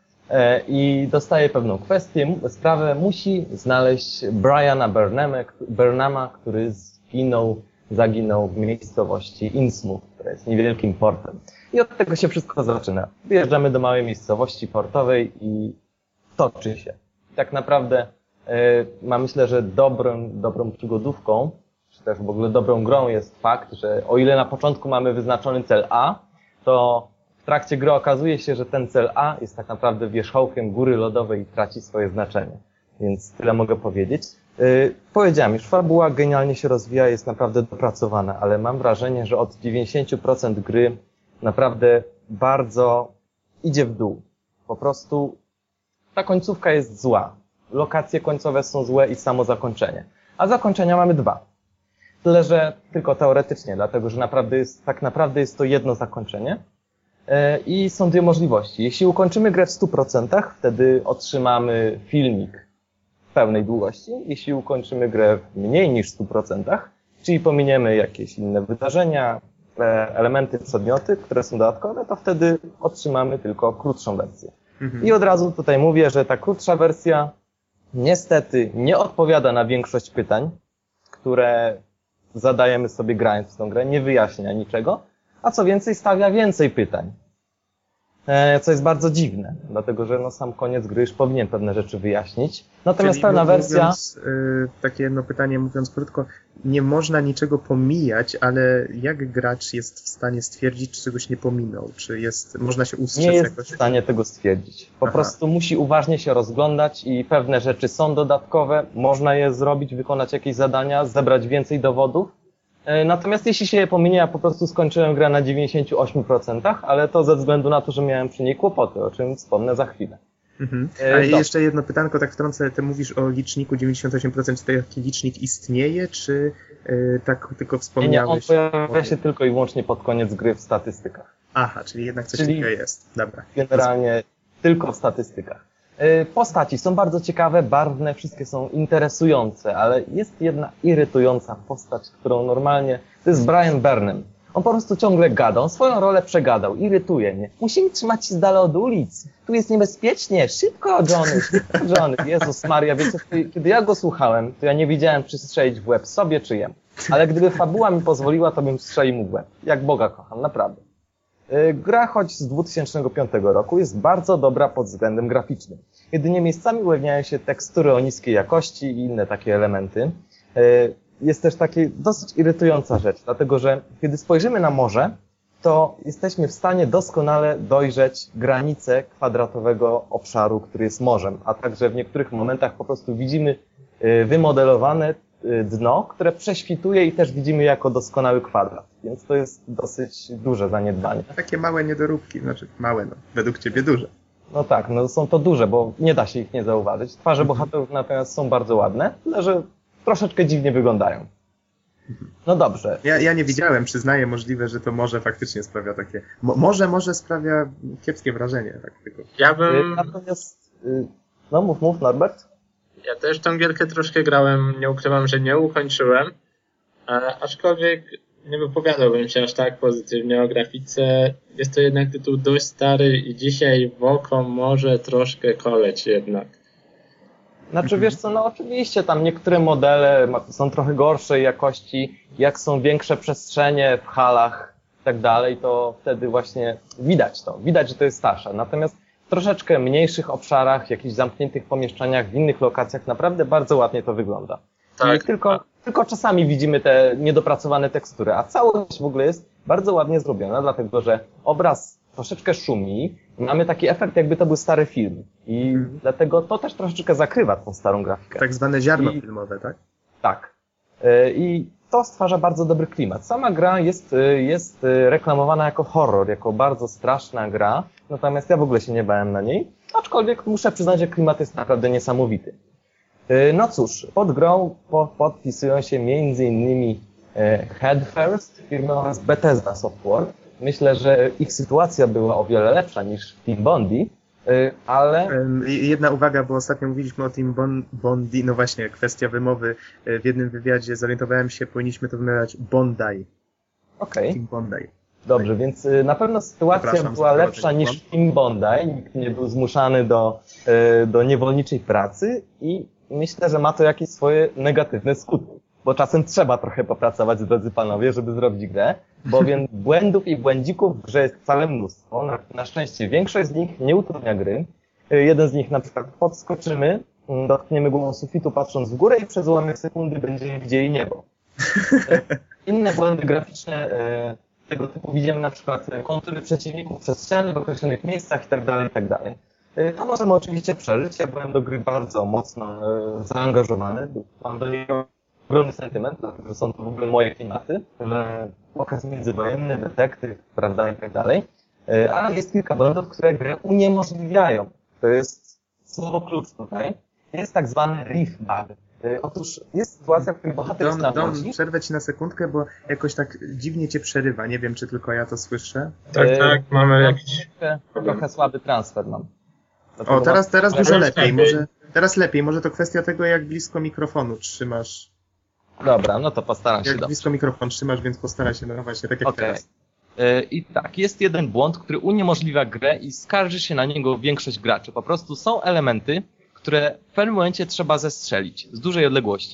I dostaje pewną kwestię, sprawę, musi znaleźć Briana Burnhama, Burnhama, który zginął, zaginął w miejscowości Innsmouth, która jest niewielkim portem. I od tego się wszystko zaczyna. Wyjeżdżamy do małej miejscowości portowej i toczy się. Tak naprawdę ma, myślę, że dobrą, dobrą przygodówką, czy też w ogóle dobrą grą jest fakt, że o ile na początku mamy wyznaczony cel A, to w trakcie gry okazuje się, że ten cel A jest tak naprawdę wierzchołkiem góry lodowej i traci swoje znaczenie. Więc tyle mogę powiedzieć. Yy, powiedziałem już, fabuła genialnie się rozwija, jest naprawdę dopracowana, ale mam wrażenie, że od dziewięćdziesiąt procent gry naprawdę bardzo idzie w dół. Po prostu ta końcówka jest zła. Lokacje końcowe są złe i samo zakończenie. A zakończenia mamy dwa. Tyle, że tylko teoretycznie, dlatego że naprawdę jest, tak naprawdę jest to jedno zakończenie. I są dwie możliwości. Jeśli ukończymy grę w stu procentach, wtedy otrzymamy filmik w pełnej długości. Jeśli ukończymy grę w mniej niż stu procentach, czyli pominiemy jakieś inne wydarzenia, elementy, przedmioty, które są dodatkowe, to wtedy otrzymamy tylko krótszą wersję. Mhm. I od razu tutaj mówię, że ta krótsza wersja niestety nie odpowiada na większość pytań, które zadajemy sobie grając w tą grę, nie wyjaśnia niczego, a co więcej stawia więcej pytań. Co jest bardzo dziwne, dlatego że no, sam koniec gry już powinien pewne rzeczy wyjaśnić. Natomiast Czyli pełna mówiąc, wersja... y, takie jedno pytanie, mówiąc krótko, nie można niczego pomijać, ale jak gracz jest w stanie stwierdzić, czy czegoś nie pominął? Czy jest, można się ustrzec Nie jest jakoś? w stanie tego stwierdzić. Po Aha. prostu musi uważnie się rozglądać i pewne rzeczy są dodatkowe, można je zrobić, wykonać jakieś zadania, zebrać więcej dowodów. Natomiast jeśli się je pominie, ja po prostu skończyłem grę na dziewięćdziesiąt osiem procent, ale to ze względu na to, że miałem przy niej kłopoty, o czym wspomnę za chwilę. Mhm. E, A dobrze. jeszcze jedno pytanko, tak wtrącę, ty mówisz o liczniku dziewięćdziesiąt osiem procent, czy taki licznik istnieje, czy y, tak tylko Nie, nie, on wspomniałeś? pojawia się tylko i wyłącznie pod koniec gry w statystykach. Aha, czyli jednak coś Czyli- takiego jest. Dobra. Generalnie tylko w statystykach. Yy, Postaci są bardzo ciekawe, barwne, wszystkie są interesujące, ale jest jedna irytująca postać, którą normalnie... To jest Brian Burnham. On po prostu ciągle gada, on swoją rolę przegadał, irytuje mnie. Musimy trzymać się z dala od ulic. Tu jest niebezpiecznie, szybko Johnny, szybko Johnny. Jezus Maria, wiecie, kiedy ja go słuchałem, to ja nie wiedziałem, czy strzelić w łeb sobie, czy jem. Ale gdyby fabuła mi pozwoliła, to bym strzelił mu w łeb. Jak Boga kocham, naprawdę. Gra, choć z dwa tysiące piątego roku, jest bardzo dobra pod względem graficznym. Jedynie miejscami ujawniają się tekstury o niskiej jakości i inne takie elementy. Jest też taka dosyć irytująca rzecz, dlatego że kiedy spojrzymy na morze, to jesteśmy w stanie doskonale dojrzeć granicę kwadratowego obszaru, który jest morzem, a także w niektórych momentach po prostu widzimy wymodelowane dno, które prześwituje i też widzimy jako doskonały kwadrat. Więc to jest dosyć duże zaniedbanie. Takie małe niedoróbki, znaczy małe, no, według ciebie duże. No tak, no są to duże, bo nie da się ich nie zauważyć. Twarze bohaterów natomiast są bardzo ładne, tyle że troszeczkę dziwnie wyglądają. No dobrze. Ja, ja nie widziałem, przyznaję, możliwe, że to może faktycznie sprawia takie... Mo, może, może sprawia kiepskie wrażenie, tak tylko. Ja bym... Natomiast, no mów, mów Norbert. Ja też tą gierkę troszkę grałem, nie ukrywam, że nie ukończyłem, a, aczkolwiek nie wypowiadałbym się aż tak pozytywnie o grafice. Jest to jednak tytuł dość stary i dzisiaj w oko może troszkę koleć jednak. Znaczy wiesz co, no oczywiście tam niektóre modele są trochę gorszej jakości, jak są większe przestrzenie w halach i tak dalej, to wtedy właśnie widać to, widać, że to jest starsze. Natomiast w troszeczkę mniejszych obszarach, jakichś zamkniętych pomieszczeniach, w innych lokacjach naprawdę bardzo ładnie to wygląda. Tak. I tylko, tylko czasami widzimy te niedopracowane tekstury, a całość w ogóle jest bardzo ładnie zrobiona, dlatego że obraz troszeczkę szumi, mamy taki efekt, jakby to był stary film. I Mhm. dlatego to też troszeczkę zakrywa tą starą grafikę. Tak zwane ziarno I- filmowe, tak? Tak. Yy, I to stwarza bardzo dobry klimat. Sama gra jest, yy, jest yy, reklamowana jako horror, jako bardzo straszna gra, natomiast ja w ogóle się nie bałem na niej, aczkolwiek muszę przyznać, że klimat jest naprawdę niesamowity. Yy, No cóż, pod grą po, podpisują się między innymi yy, Head First, firma oraz Bethesda Software. Myślę, że ich sytuacja była o wiele lepsza niż w Team Bondi, yy, ale... Em, i Jedna uwaga, bo ostatnio mówiliśmy o tym bon, Bondi, no właśnie, kwestia wymowy. E, W jednym wywiadzie zorientowałem się, powinniśmy to wymawiać Bondi. Okej. Team Bondi. Dobrze, więc y, na pewno sytuacja Przepraszam była za lepsza prowadzenie niż w Team Bondi, nikt nie był zmuszany do, y, do niewolniczej pracy i myślę, że ma to jakieś swoje negatywne skutki, bo czasem trzeba trochę popracować, drodzy panowie, żeby zrobić grę, bowiem błędów i błędzików w grze jest całe mnóstwo. Na, na szczęście większość z nich nie utrudnia gry. Y, Jeden z nich na przykład podskoczymy, y, dotkniemy głową sufitu patrząc w górę i przez ułamek sekundy będziemy widzieli niebo. Y, Inne błędy graficzne y, tego typu widzimy na przykład kontury przeciwników przez ściany w określonych miejscach i tak dalej, i tak dalej. To możemy oczywiście przeżyć. Ja byłem do gry bardzo mocno e, zaangażowany. Mam do niej ogromny sentyment, dlatego że są to w ogóle moje klimaty. że Okres międzywojenny, detektyw, prawda, i tak dalej. E, ale jest kilka błędów, które grę uniemożliwiają. To jest słowo klucz tutaj. Jest tak zwany reef bug. E, Otóż jest sytuacja, w której bohater jest na Dom, łodzi. Dom, przerwę ci na sekundkę, bo jakoś tak dziwnie cię przerywa. Nie wiem, czy tylko ja to słyszę. Tak, E, tak, mamy Mam jakiś... trochę, trochę słaby transfer mam. O, Dlatego teraz, teraz Ale dużo już lepiej. lepiej. Może, teraz lepiej. Może to kwestia tego, jak blisko mikrofonu trzymasz. mam- Dobra, no to postaram się Jak dobrze. blisko mikrofon trzymasz, więc postaraj się, no właśnie, tak jak Okej. teraz. E, I tak, jest jeden błąd, który uniemożliwia grę i skarży się na niego większość graczy. Po prostu są elementy, które w pewnym momencie trzeba zestrzelić z dużej odległości,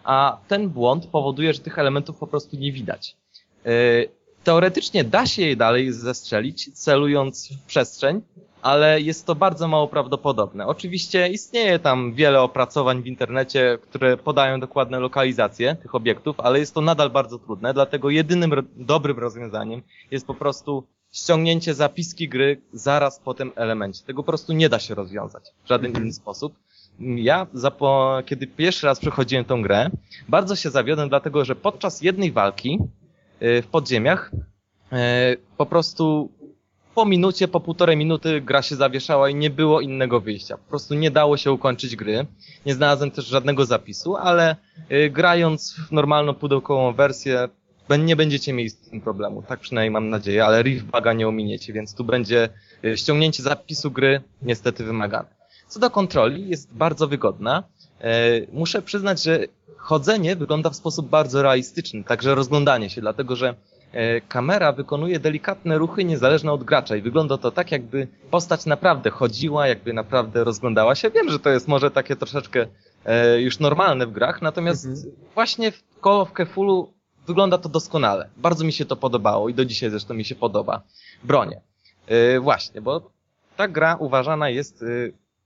a ten błąd powoduje, że tych elementów po prostu nie widać. Yy, teoretycznie da się je dalej zestrzelić, celując w przestrzeń, ale jest to bardzo mało prawdopodobne. Oczywiście istnieje tam wiele opracowań w internecie, które podają dokładne lokalizacje tych obiektów, ale jest to nadal bardzo trudne, dlatego jedynym ro- dobrym rozwiązaniem jest po prostu ściągnięcie zapiski gry zaraz po tym elemencie. Tego po prostu nie da się rozwiązać w żaden inny sposób. Ja, zapo- kiedy pierwszy raz przechodziłem tą grę, bardzo się zawiodłem, dlatego że podczas jednej walki yy, w podziemiach yy, po prostu po minucie, po półtorej minuty gra się zawieszała i nie było innego wyjścia. Po prostu nie dało się ukończyć gry. Nie znalazłem też żadnego zapisu, ale yy, grając w normalną pudełkową wersję nie będziecie mieli z tym problemu. Tak przynajmniej mam nadzieję, ale Riftbuga nie ominiecie, więc tu będzie yy, ściągnięcie zapisu gry niestety wymagane. Co do kontroli, jest bardzo wygodna. Yy, muszę przyznać, że chodzenie wygląda w sposób bardzo realistyczny, także rozglądanie się, dlatego że kamera wykonuje delikatne ruchy niezależne od gracza i wygląda to tak, jakby postać naprawdę chodziła, jakby naprawdę rozglądała się. Wiem, że to jest może takie troszeczkę e, już normalne w grach, natomiast mhm. właśnie w Call of Cthulhu wygląda to doskonale. Bardzo mi się to podobało i do dzisiaj zresztą mi się podoba. Bronie. E, właśnie, bo ta gra uważana jest... E,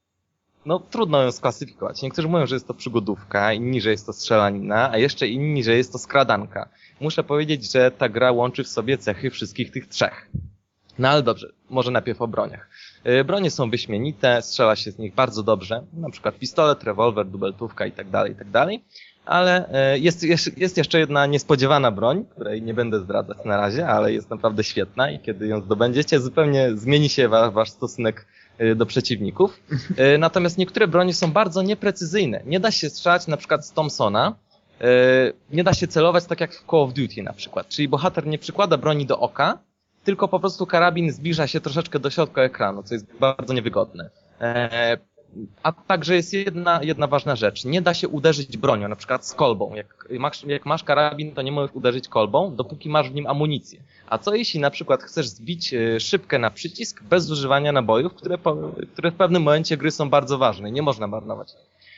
no trudno ją sklasyfikować. Niektórzy mówią, że jest to przygodówka, inni, że jest to strzelanina, a jeszcze inni, że jest to skradanka. Muszę powiedzieć, że ta gra łączy w sobie cechy wszystkich tych trzech. No ale dobrze, może najpierw o broniach. Bronie są wyśmienite, strzela się z nich bardzo dobrze, na przykład pistolet, rewolwer, dubeltówka i tak dalej, i tak dalej. Ale jest, jest jeszcze jedna niespodziewana broń, której nie będę zdradzać na razie, ale jest naprawdę świetna i kiedy ją zdobędziecie, zupełnie zmieni się wasz, wasz stosunek do przeciwników. Natomiast niektóre broni są bardzo nieprecyzyjne. Nie da się strzelać na przykład z Thompsona, nie da się celować tak jak w Call of Duty na przykład. Czyli bohater nie przykłada broni do oka, tylko po prostu karabin zbliża się troszeczkę do środka ekranu, co jest bardzo niewygodne. A także jest jedna, jedna ważna rzecz. Nie da się uderzyć bronią, na przykład z kolbą. Jak masz, jak masz karabin, to nie możesz uderzyć kolbą, dopóki masz w nim amunicję. A co jeśli na przykład chcesz zbić szybkę na przycisk bez używania nabojów, które, które w pewnym momencie gry są bardzo ważne. Nie można marnować.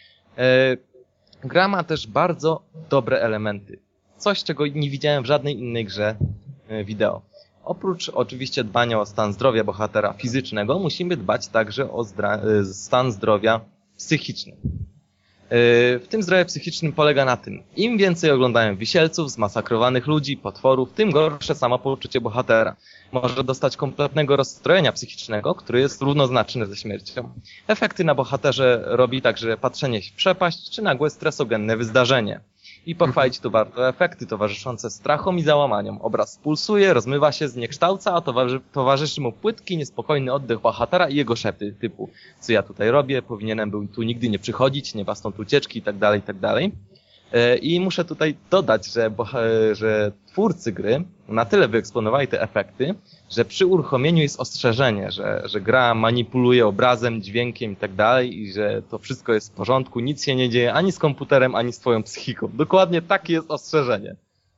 Gra ma też bardzo dobre elementy. Coś, czego nie widziałem w żadnej innej grze wideo. Oprócz oczywiście dbania o stan zdrowia bohatera fizycznego, musimy dbać także o zdra- stan zdrowia psychiczny. W tym zdrowie psychicznym polega na tym, im więcej oglądają wisielców, zmasakrowanych ludzi, potworów, tym gorsze samopoczucie bohatera. Może dostać kompletnego rozstrojenia psychicznego, który jest równoznaczny ze śmiercią. Efekty na bohaterze robi także patrzenie w przepaść czy nagłe stresogenne wyzdarzenie. I pochwalić tu warto efekty towarzyszące strachom i załamaniom. Obraz pulsuje, rozmywa się, zniekształca, a towarzy, towarzyszy mu płytki, niespokojny oddech bohatera i jego szepty typu co ja tutaj robię, powinienem był tu nigdy nie przychodzić, nie ma stąd ucieczki i tak dalej, i tak dalej. I muszę tutaj dodać, że, że twórcy gry na tyle wyeksponowali te efekty, że przy uruchomieniu jest ostrzeżenie, że, że gra manipuluje obrazem, dźwiękiem i tak dalej i że to wszystko jest w porządku, nic się nie dzieje ani z komputerem, ani z twoją psychiką. Dokładnie takie jest ostrzeżenie.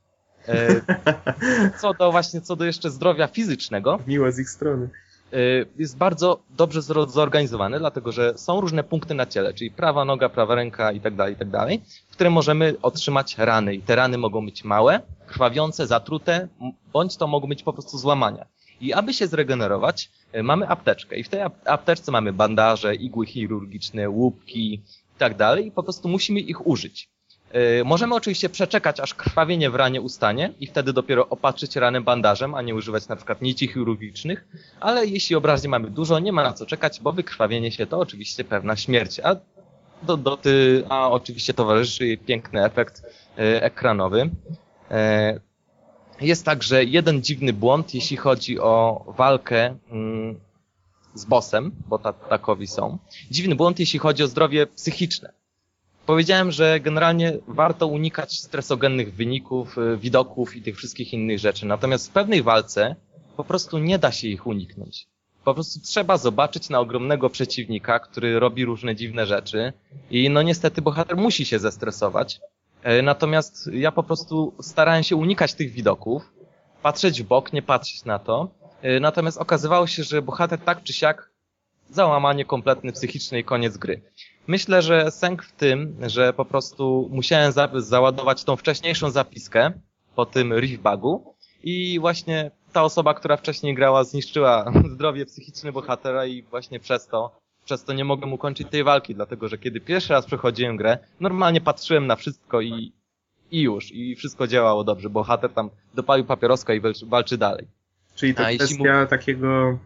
Co do właśnie, co do jeszcze zdrowia fizycznego. Miło z ich strony. Jest bardzo dobrze zorganizowany, dlatego że są różne punkty na ciele, czyli prawa noga, prawa ręka i tak dalej, i tak dalej, w które możemy otrzymać rany. I te rany mogą być małe, krwawiące, zatrute, bądź to mogą być po prostu złamania. I aby się zregenerować, mamy apteczkę. I w tej apteczce mamy bandaże, igły chirurgiczne, łupki i tak dalej. I po prostu musimy ich użyć. Możemy oczywiście przeczekać, aż krwawienie w ranie ustanie i wtedy dopiero opatrzyć ranę bandażem, a nie używać na przykład nici chirurgicznych, ale jeśli obraźnie mamy dużo, nie ma na co czekać, bo wykrwawienie się to oczywiście pewna śmierć, a, do, do, ty, a oczywiście towarzyszy piękny efekt e, ekranowy. E, jest także jeden dziwny błąd, jeśli chodzi o walkę mm, z bossem, bo ta, takowi są. Dziwny błąd, jeśli chodzi o zdrowie psychiczne. Powiedziałem, że generalnie warto unikać stresogennych wyników, widoków i tych wszystkich innych rzeczy. Natomiast w pewnej walce po prostu nie da się ich uniknąć. Po prostu trzeba zobaczyć na ogromnego przeciwnika, który robi różne dziwne rzeczy i no niestety bohater musi się zestresować. Natomiast ja po prostu starałem się unikać tych widoków, patrzeć w bok, nie patrzeć na to. Natomiast okazywało się, że bohater tak czy siak załamanie kompletne psychiczne i koniec gry. Myślę, że sęk w tym, że po prostu musiałem za załadować tą wcześniejszą zapiskę po tym riff bugu i właśnie ta osoba, która wcześniej grała, zniszczyła zdrowie psychiczne bohatera i właśnie przez to, przez to nie mogłem ukończyć tej walki, dlatego że kiedy pierwszy raz przechodziłem grę, normalnie patrzyłem na wszystko i, i już, i wszystko działało dobrze. Bohater tam dopalił papieroska i walczy, walczy dalej. Czyli to A kwestia jeśli... takiego...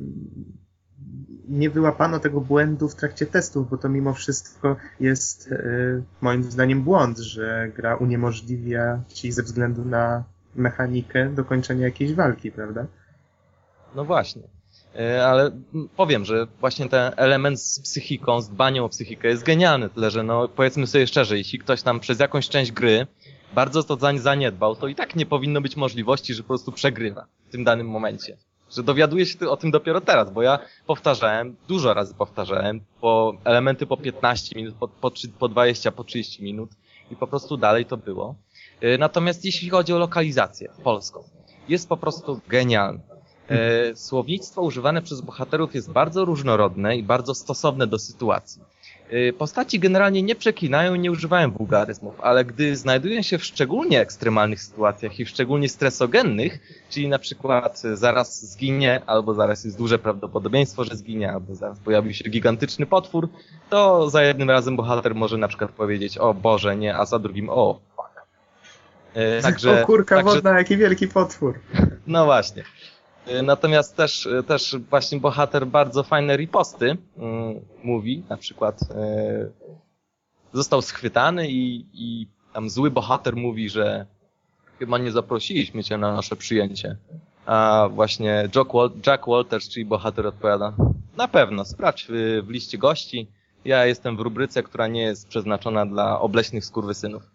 Nie wyłapano tego błędu w trakcie testów, bo to mimo wszystko jest yy, moim zdaniem błąd, że gra uniemożliwia ci ze względu na mechanikę dokończenia jakiejś walki, prawda? No właśnie. Ale powiem, że właśnie ten element z psychiką, z dbaniem o psychikę jest genialny, tyle że no powiedzmy sobie szczerze, jeśli ktoś tam przez jakąś część gry bardzo to zaniedbał, to i tak nie powinno być możliwości, że po prostu przegrywa w tym danym momencie. Że dowiaduję się o tym dopiero teraz, bo ja powtarzałem, dużo razy powtarzałem, po elementy po piętnaście minut, po, po, po dwadzieścia, po trzydzieści minut i po prostu dalej to było. Natomiast jeśli chodzi o lokalizację polską, jest po prostu genialne. E, słownictwo używane przez bohaterów jest bardzo różnorodne i bardzo stosowne do sytuacji. E, postaci generalnie nie przeklinają i nie używają wulgaryzmów, ale gdy znajdują się w szczególnie ekstremalnych sytuacjach i w szczególnie stresogennych, czyli na przykład zaraz zginie, albo zaraz jest duże prawdopodobieństwo, że zginie, albo zaraz pojawi się gigantyczny potwór, to za jednym razem bohater może na przykład powiedzieć: o Boże, nie, a za drugim: o fuck. E, także, o kurka także... wodna, jaki wielki potwór. No właśnie. Natomiast też, też właśnie bohater bardzo fajne riposty mm, mówi, na przykład e, został schwytany i, i tam zły bohater mówi, że chyba nie zaprosiliśmy cię na nasze przyjęcie. A właśnie Jack, Wal Jack Walters, czyli bohater, odpowiada: na pewno, sprawdź w, w liście gości, ja jestem w rubryce, która nie jest przeznaczona dla obleśnych skurwysynów.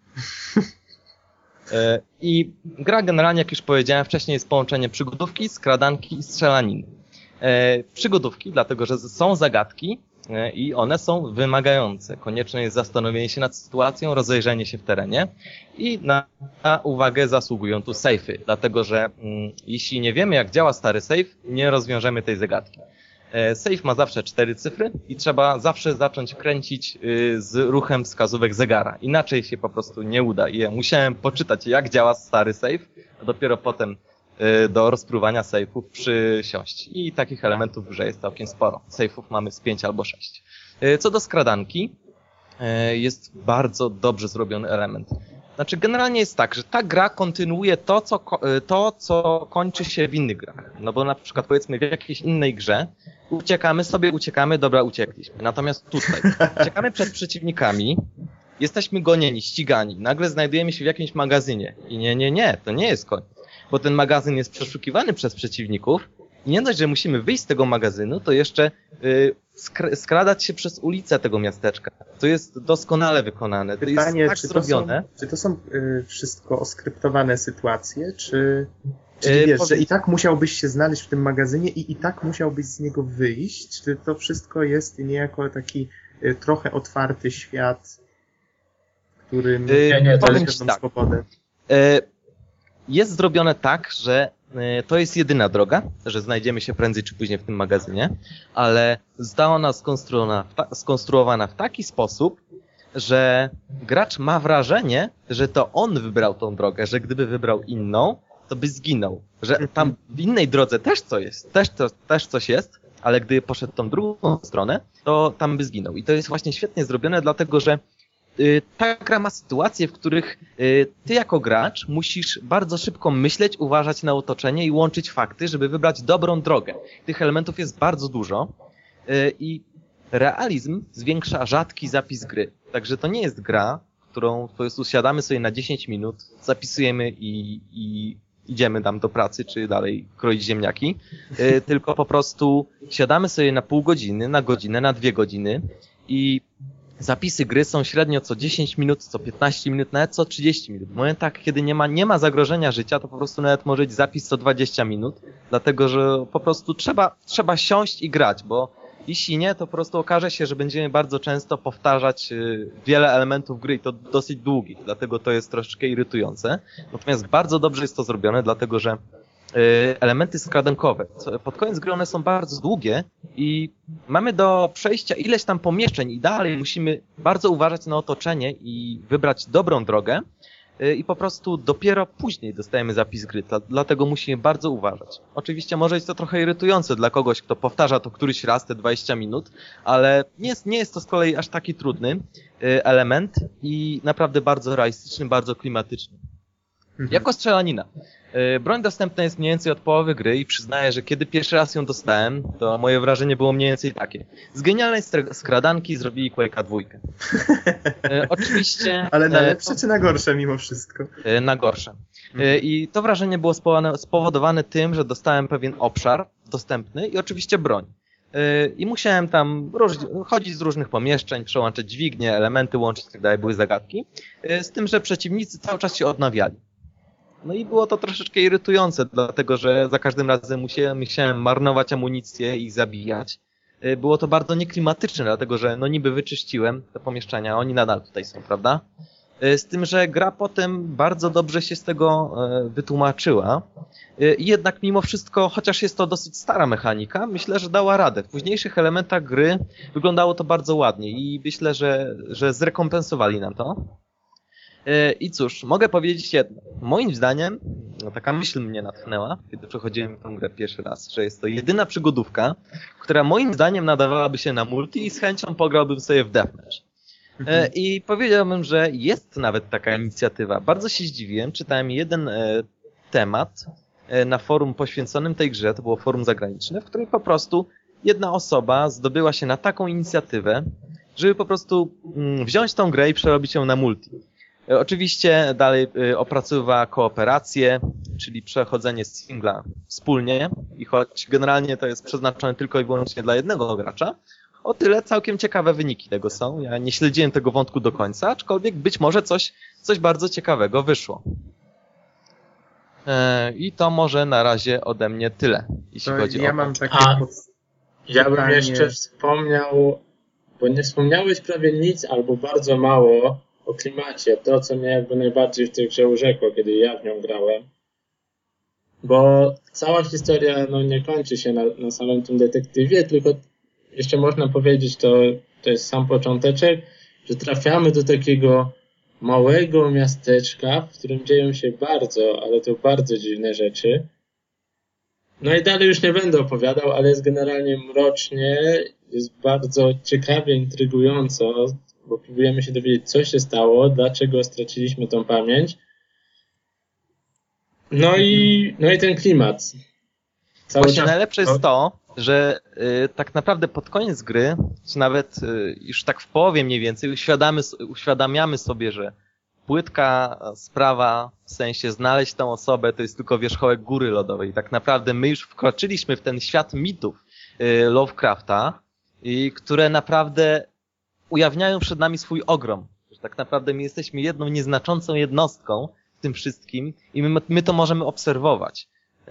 I gra generalnie, jak już powiedziałem wcześniej, jest połączenie przygodówki, skradanki i strzelaniny. E, przygodówki, dlatego że są zagadki e, i one są wymagające. Konieczne jest zastanowienie się nad sytuacją, rozejrzenie się w terenie i na, na uwagę zasługują tu sejfy, dlatego że mm, jeśli nie wiemy, jak działa stary sejf, nie rozwiążemy tej zagadki. Safe ma zawsze cztery cyfry i trzeba zawsze zacząć kręcić z ruchem wskazówek zegara. Inaczej się po prostu nie uda. I ja musiałem poczytać, jak działa stary safe, a dopiero potem do rozpruwania safe'ów przysiąść. I takich elementów w grze jest całkiem sporo. Safe'ów mamy z pięć albo sześć. Co do skradanki, jest bardzo dobrze zrobiony element. Znaczy generalnie jest tak, że ta gra kontynuuje to co, to, co kończy się w innych grach. No bo na przykład powiedzmy w jakiejś innej grze uciekamy sobie, uciekamy, dobra, uciekliśmy. Natomiast tutaj uciekamy przed przeciwnikami, jesteśmy gonieni, ścigani, nagle znajdujemy się w jakimś magazynie. I nie, nie, nie, to nie jest koniec. Bo ten magazyn jest przeszukiwany przez przeciwników i nie dość, że musimy wyjść z tego magazynu, to jeszcze yy, skr skradać się przez ulicę tego miasteczka. To jest doskonale wykonane. To Pytanie, jest tak czy zrobione. To są, czy to są y, wszystko oskryptowane sytuacje, czy, czy Yy, wiesz, powie... że i tak musiałbyś się znaleźć w tym magazynie i i tak musiałbyś z niego wyjść? Czy to wszystko jest niejako taki y, trochę otwarty świat, którym Yy, nie, nie, to powiem jest ci pewną tak. swobodę? Yy, jest zrobione tak, że to jest jedyna droga, że znajdziemy się prędzej czy później w tym magazynie, ale została ona skonstruowana w, ta, skonstruowana w taki sposób, że gracz ma wrażenie, że to on wybrał tą drogę, że gdyby wybrał inną, to by zginął. Że tam w innej drodze też co jest, też, to, też coś jest, ale gdyby poszedł tą drugą stronę, to tam by zginął. I to jest właśnie świetnie zrobione, dlatego że ta gra ma sytuacje, w których ty jako gracz musisz bardzo szybko myśleć, uważać na otoczenie i łączyć fakty, żeby wybrać dobrą drogę. Tych elementów jest bardzo dużo i realizm zwiększa rzadki zapis gry. Także to nie jest gra, którą po prostu siadamy sobie na dziesięć minut, zapisujemy i, i idziemy tam do pracy, czy dalej kroić ziemniaki, tylko po prostu siadamy sobie na pół godziny, na godzinę, na dwie godziny i zapisy gry są średnio co dziesięć minut, co piętnaście minut, nawet co trzydzieści minut. W momentach, kiedy nie ma, nie ma zagrożenia życia, to po prostu nawet może być zapis co dwadzieścia minut, dlatego że po prostu trzeba, trzeba siąść i grać, bo jeśli nie, to po prostu okaże się, że będziemy bardzo często powtarzać wiele elementów gry i to dosyć długich, dlatego to jest troszeczkę irytujące. Natomiast bardzo dobrze jest to zrobione, dlatego że elementy skradankowe. Pod koniec gry one są bardzo długie i mamy do przejścia ileś tam pomieszczeń i dalej musimy bardzo uważać na otoczenie i wybrać dobrą drogę i po prostu dopiero później dostajemy zapis gry, dlatego musimy bardzo uważać. Oczywiście może jest to trochę irytujące dla kogoś, kto powtarza to któryś raz te dwadzieścia minut, ale nie jest, nie jest to z kolei aż taki trudny element i naprawdę bardzo realistyczny, bardzo klimatyczny. Mhm. Jako strzelanina. Broń dostępna jest mniej więcej od połowy gry i przyznaję, że kiedy pierwszy raz ją dostałem, to moje wrażenie było mniej więcej takie. Z genialnej skradanki zrobili Quake'a dwójkę. E, oczywiście... Ale na lepsze to, czy na gorsze mimo wszystko? E, na gorsze. E, I to wrażenie było spowodowane tym, że dostałem pewien obszar dostępny i oczywiście broń. E, I musiałem tam róż, chodzić z różnych pomieszczeń, przełączać dźwignie, elementy łączyć i tak dalej, były zagadki. E, z tym, że przeciwnicy cały czas się odnawiali. No i było to troszeczkę irytujące, dlatego że za każdym razem musiałem, musiałem marnować amunicję i zabijać. Było to bardzo nieklimatyczne, dlatego że no niby wyczyściłem te pomieszczenia, oni nadal tutaj są, prawda? Z tym, że gra potem bardzo dobrze się z tego wytłumaczyła. I jednak mimo wszystko, chociaż jest to dosyć stara mechanika, myślę, że dała radę. W późniejszych elementach gry wyglądało to bardzo ładnie i myślę, że, że zrekompensowali nam to. I cóż, mogę powiedzieć jedno. Moim zdaniem, no taka myśl mnie natchnęła, kiedy przechodziłem tę grę pierwszy raz, że jest to jedyna przygodówka, która moim zdaniem nadawałaby się na multi i z chęcią pograłbym sobie w deathmatch. Mhm. I powiedziałbym, że jest nawet taka inicjatywa. Bardzo się zdziwiłem, czytałem jeden temat na forum poświęconym tej grze, to było forum zagraniczne, w której po prostu jedna osoba zdobyła się na taką inicjatywę, żeby po prostu wziąć tą grę i przerobić ją na multi. Oczywiście dalej opracowywa kooperację, czyli przechodzenie z singla wspólnie i choć generalnie to jest przeznaczone tylko i wyłącznie dla jednego gracza, o tyle całkiem ciekawe wyniki tego są. Ja nie śledziłem tego wątku do końca, aczkolwiek być może coś, coś bardzo ciekawego wyszło. I to może na razie ode mnie tyle, jeśli to chodzi ja o... mam takie A, pod... ja bym pytanie... jeszcze wspomniał, bo nie wspomniałeś prawie nic albo bardzo mało o klimacie, to co mnie jakby najbardziej w tej grze urzekło, kiedy ja w nią grałem. Bo cała historia no, nie kończy się na, na samym tym detektywie, tylko jeszcze można powiedzieć, to, to jest sam począteczek, że trafiamy do takiego małego miasteczka, w którym dzieją się bardzo, ale to bardzo dziwne rzeczy. No i dalej już nie będę opowiadał, ale jest generalnie mrocznie, jest bardzo ciekawie, intrygująco, bo próbujemy się dowiedzieć, co się stało, dlaczego straciliśmy tą pamięć. No i, no i ten klimat. Cały Właśnie czas... najlepsze jest to, że y, tak naprawdę pod koniec gry, czy nawet y, już tak w połowie mniej więcej, uświadamy, uświadamiamy sobie, że płytka sprawa, w sensie znaleźć tę osobę, to jest tylko wierzchołek góry lodowej. Tak naprawdę my już wkroczyliśmy w ten świat mitów y, Lovecrafta, y, które naprawdę ujawniają przed nami swój ogrom. Że tak naprawdę my jesteśmy jedną nieznaczącą jednostką w tym wszystkim i my, my to możemy obserwować.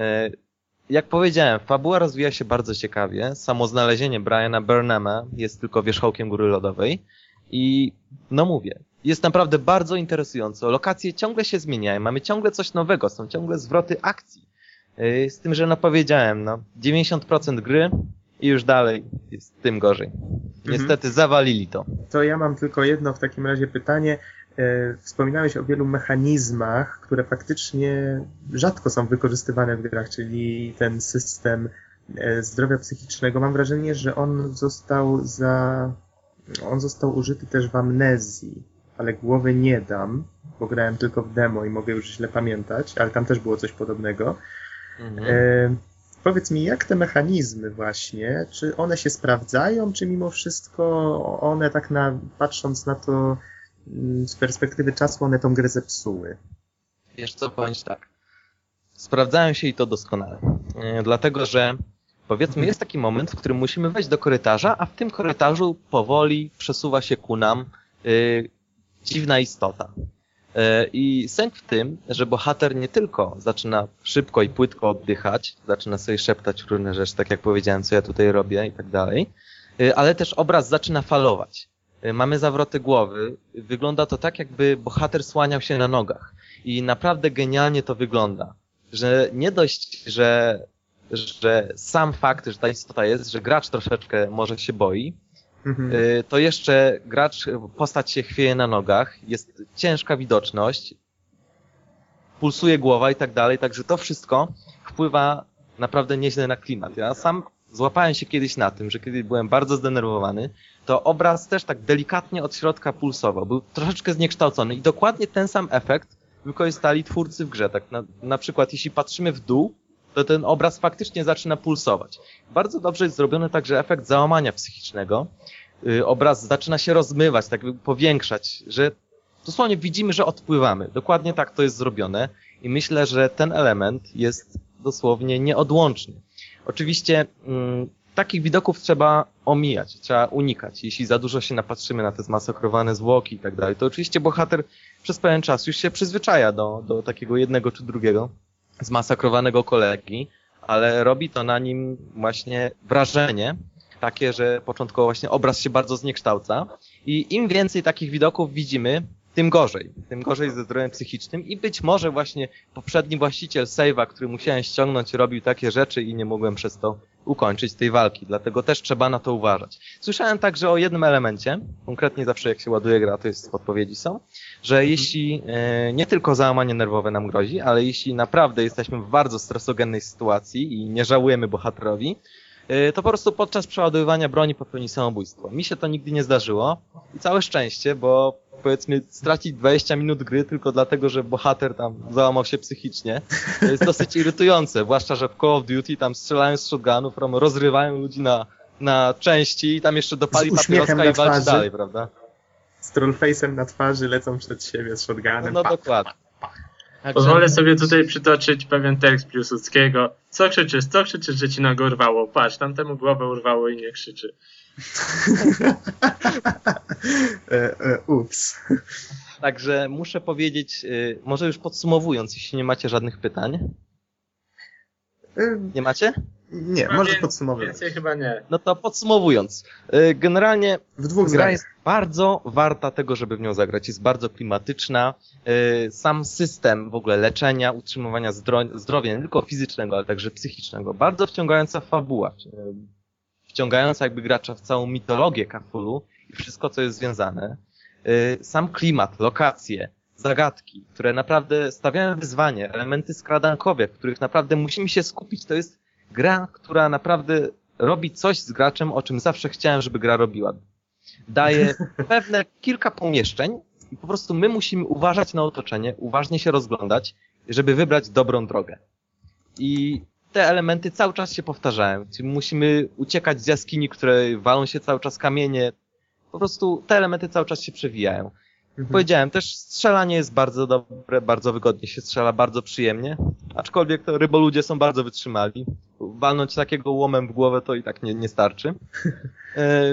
Jak powiedziałem, fabuła rozwija się bardzo ciekawie. Samo znalezienie Briana Burnhama jest tylko wierzchołkiem góry lodowej. I no mówię, jest naprawdę bardzo interesująco. Lokacje ciągle się zmieniają, mamy ciągle coś nowego, są ciągle zwroty akcji. Z tym, że no powiedziałem, no dziewięćdziesiąt procent gry i już dalej jest tym gorzej. Niestety mhm. zawalili to. To ja mam tylko jedno w takim razie pytanie. Wspominałeś o wielu mechanizmach, które faktycznie rzadko są wykorzystywane w grach, czyli ten system zdrowia psychicznego. Mam wrażenie, że on został za... on został użyty też w Amnezji, ale głowy nie dam, bo grałem tylko w demo i mogę już źle pamiętać, ale tam też było coś podobnego. Mhm. E, powiedz mi, jak te mechanizmy właśnie, czy one się sprawdzają, czy mimo wszystko one tak na, patrząc na to z perspektywy czasu, one tą grę zepsuły? Wiesz co, bądź tak. Sprawdzają się i to doskonale. E, dlatego, że powiedzmy jest taki moment, w którym musimy wejść do korytarza, a w tym korytarzu powoli przesuwa się ku nam yy, dziwna istota. Yy, I sęk w tym, że bohater nie tylko zaczyna szybko i płytko oddychać, zaczyna sobie szeptać różne rzeczy, tak jak powiedziałem, co ja tutaj robię i tak dalej, yy, ale też obraz zaczyna falować. Yy, mamy zawroty głowy, wygląda to tak, jakby bohater słaniał się na nogach. I naprawdę genialnie to wygląda. że nie dość, że, że sam fakt, że ta istota jest, że gracz troszeczkę może się boi, mhm. to jeszcze gracz, postać się chwieje na nogach, jest ciężka widoczność, pulsuje głowa i tak dalej, także to wszystko wpływa naprawdę nieźle na klimat. Ja sam złapałem się kiedyś na tym, że kiedy byłem bardzo zdenerwowany, to obraz też tak delikatnie od środka pulsował. Był troszeczkę zniekształcony i dokładnie ten sam efekt wykorzystali twórcy w grze. Tak na, na przykład jeśli patrzymy w dół, to ten obraz faktycznie zaczyna pulsować. Bardzo dobrze jest zrobiony także efekt załamania psychicznego. Yy, obraz zaczyna się rozmywać, tak jakby powiększać, że dosłownie widzimy, że odpływamy. Dokładnie tak to jest zrobione i myślę, że ten element jest dosłownie nieodłączny. Oczywiście mm, takich widoków trzeba omijać, trzeba unikać. Jeśli za dużo się napatrzymy na te zmasakrowane zwłoki i tak dalej, to oczywiście bohater przez pewien czas już się przyzwyczaja do, do takiego jednego czy drugiego zmasakrowanego kolegi, ale robi to na nim właśnie wrażenie takie, że początkowo właśnie obraz się bardzo zniekształca i im więcej takich widoków widzimy, tym gorzej. Tym gorzej ze zdrowiem psychicznym i być może właśnie poprzedni właściciel save'a, który musiałem ściągnąć, robił takie rzeczy i nie mogłem przez to ukończyć tej walki. Dlatego też trzeba na to uważać. Słyszałem także o jednym elemencie, konkretnie zawsze jak się ładuje gra, to jest podpowiedzi są, że mhm. jeśli e, nie tylko załamanie nerwowe nam grozi, ale jeśli naprawdę jesteśmy w bardzo stresogennej sytuacji i nie żałujemy bohaterowi, to po prostu podczas przeładowywania broni popełni samobójstwo. Mi się to nigdy nie zdarzyło i całe szczęście, bo powiedzmy stracić dwadzieścia minut gry tylko dlatego, że bohater tam załamał się psychicznie, to jest dosyć irytujące, zwłaszcza, że w Call of Duty tam strzelają z shotgunów, rozrywają ludzi na, na części i tam jeszcze dopali papieroska i walczy dalej, prawda? Z trollface'em na twarzy lecą przed siebie z shotgunem. No, no pa, dokładnie. Pa, pa. Także... Pozwolę sobie tutaj przytoczyć pewien tekst Piłsudskiego. Co krzyczysz, co krzyczysz, że ci nogę urwało? Patrz, tamtemu głowę urwało i nie krzyczy. e, e, ups. Także muszę powiedzieć, może już podsumowując, jeśli nie macie żadnych pytań. Nie macie? Nie, no, może więc, podsumować. Więcej chyba nie. No to podsumowując. Generalnie w dwóch gra zdaniach. jest bardzo warta tego, żeby w nią zagrać. Jest bardzo klimatyczna. Sam system w ogóle leczenia, utrzymywania zdro- zdrowia, nie tylko fizycznego, ale także psychicznego. Bardzo wciągająca fabuła. Wciągająca jakby gracza w całą mitologię Cthulhu i wszystko, co jest związane. Sam klimat, lokacje, zagadki, które naprawdę stawiają wyzwanie, elementy skradankowe, w których naprawdę musimy się skupić. To jest gra, która naprawdę robi coś z graczem, o czym zawsze chciałem, żeby gra robiła. Daje pewne kilka pomieszczeń i po prostu my musimy uważać na otoczenie, uważnie się rozglądać, żeby wybrać dobrą drogę. I te elementy cały czas się powtarzają. Czyli musimy uciekać z jaskini, które walą się cały czas kamienie. Po prostu te elementy cały czas się przewijają. Mhm. Powiedziałem, też strzelanie jest bardzo dobre, bardzo wygodnie się strzela, bardzo przyjemnie. Aczkolwiek to ryboludzie są bardzo wytrzymali. Walnąć takiego łomem w głowę to i tak nie, nie starczy. E,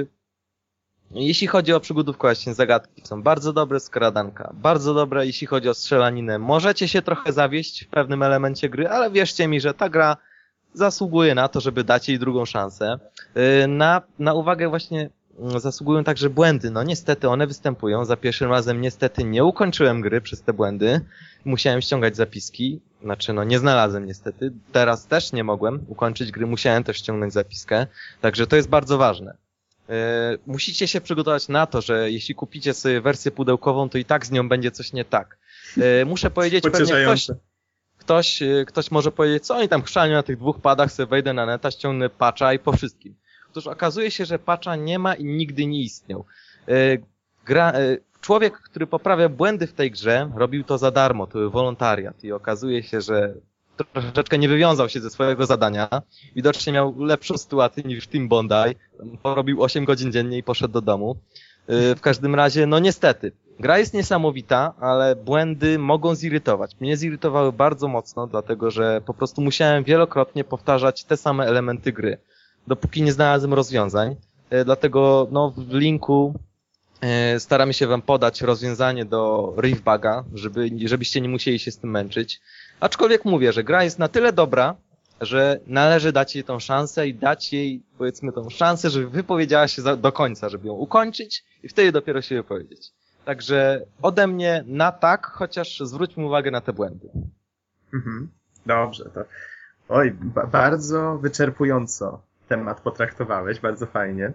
jeśli chodzi o przygodówkę, właśnie zagadki są bardzo dobre, skradanka bardzo dobre. Jeśli chodzi o strzelaninę, możecie się trochę zawieść w pewnym elemencie gry, ale wierzcie mi, że ta gra zasługuje na to, żeby dać jej drugą szansę. E, na, na uwagę właśnie zasługują także błędy. No niestety one występują. Za pierwszym razem niestety nie ukończyłem gry przez te błędy. Musiałem ściągać zapiski. Znaczy no nie znalazłem niestety. Teraz też nie mogłem ukończyć gry. Musiałem też ściągnąć zapiskę. Także to jest bardzo ważne. Yy, musicie się przygotować na to, że jeśli kupicie sobie wersję pudełkową, to i tak z nią będzie coś nie tak. Yy, muszę powiedzieć, pewnie ktoś, ktoś, yy, ktoś może powiedzieć, co oni tam chrzanią na tych dwóch padach, sobie wejdę na neta, ściągnę patcha i po wszystkim. Otóż okazuje się, że patcha nie ma i nigdy nie istniał. Yy, gra, yy, człowiek, który poprawia błędy w tej grze, robił to za darmo, to był wolontariat i okazuje się, że troszeczkę nie wywiązał się ze swojego zadania. Widocznie miał lepszą sytuację niż Tim Bondi. Porobił osiem godzin dziennie i poszedł do domu. Yy, w każdym razie, no niestety, gra jest niesamowita, ale błędy mogą zirytować. Mnie zirytowały bardzo mocno, dlatego że po prostu musiałem wielokrotnie powtarzać te same elementy gry, dopóki nie znalazłem rozwiązań. Yy, dlatego no, w linku yy, staramy się wam podać rozwiązanie do Reefbaga, żeby, żebyście nie musieli się z tym męczyć. Aczkolwiek mówię, że gra jest na tyle dobra, że należy dać jej tą szansę i dać jej, powiedzmy, tą szansę, żeby wypowiedziała się za, do końca, żeby ją ukończyć i wtedy dopiero się wypowiedzieć. Także ode mnie na tak, chociaż zwróćmy uwagę na te błędy. Mhm. Dobrze, to oj, ba- bardzo wyczerpująco temat potraktowałeś, bardzo fajnie.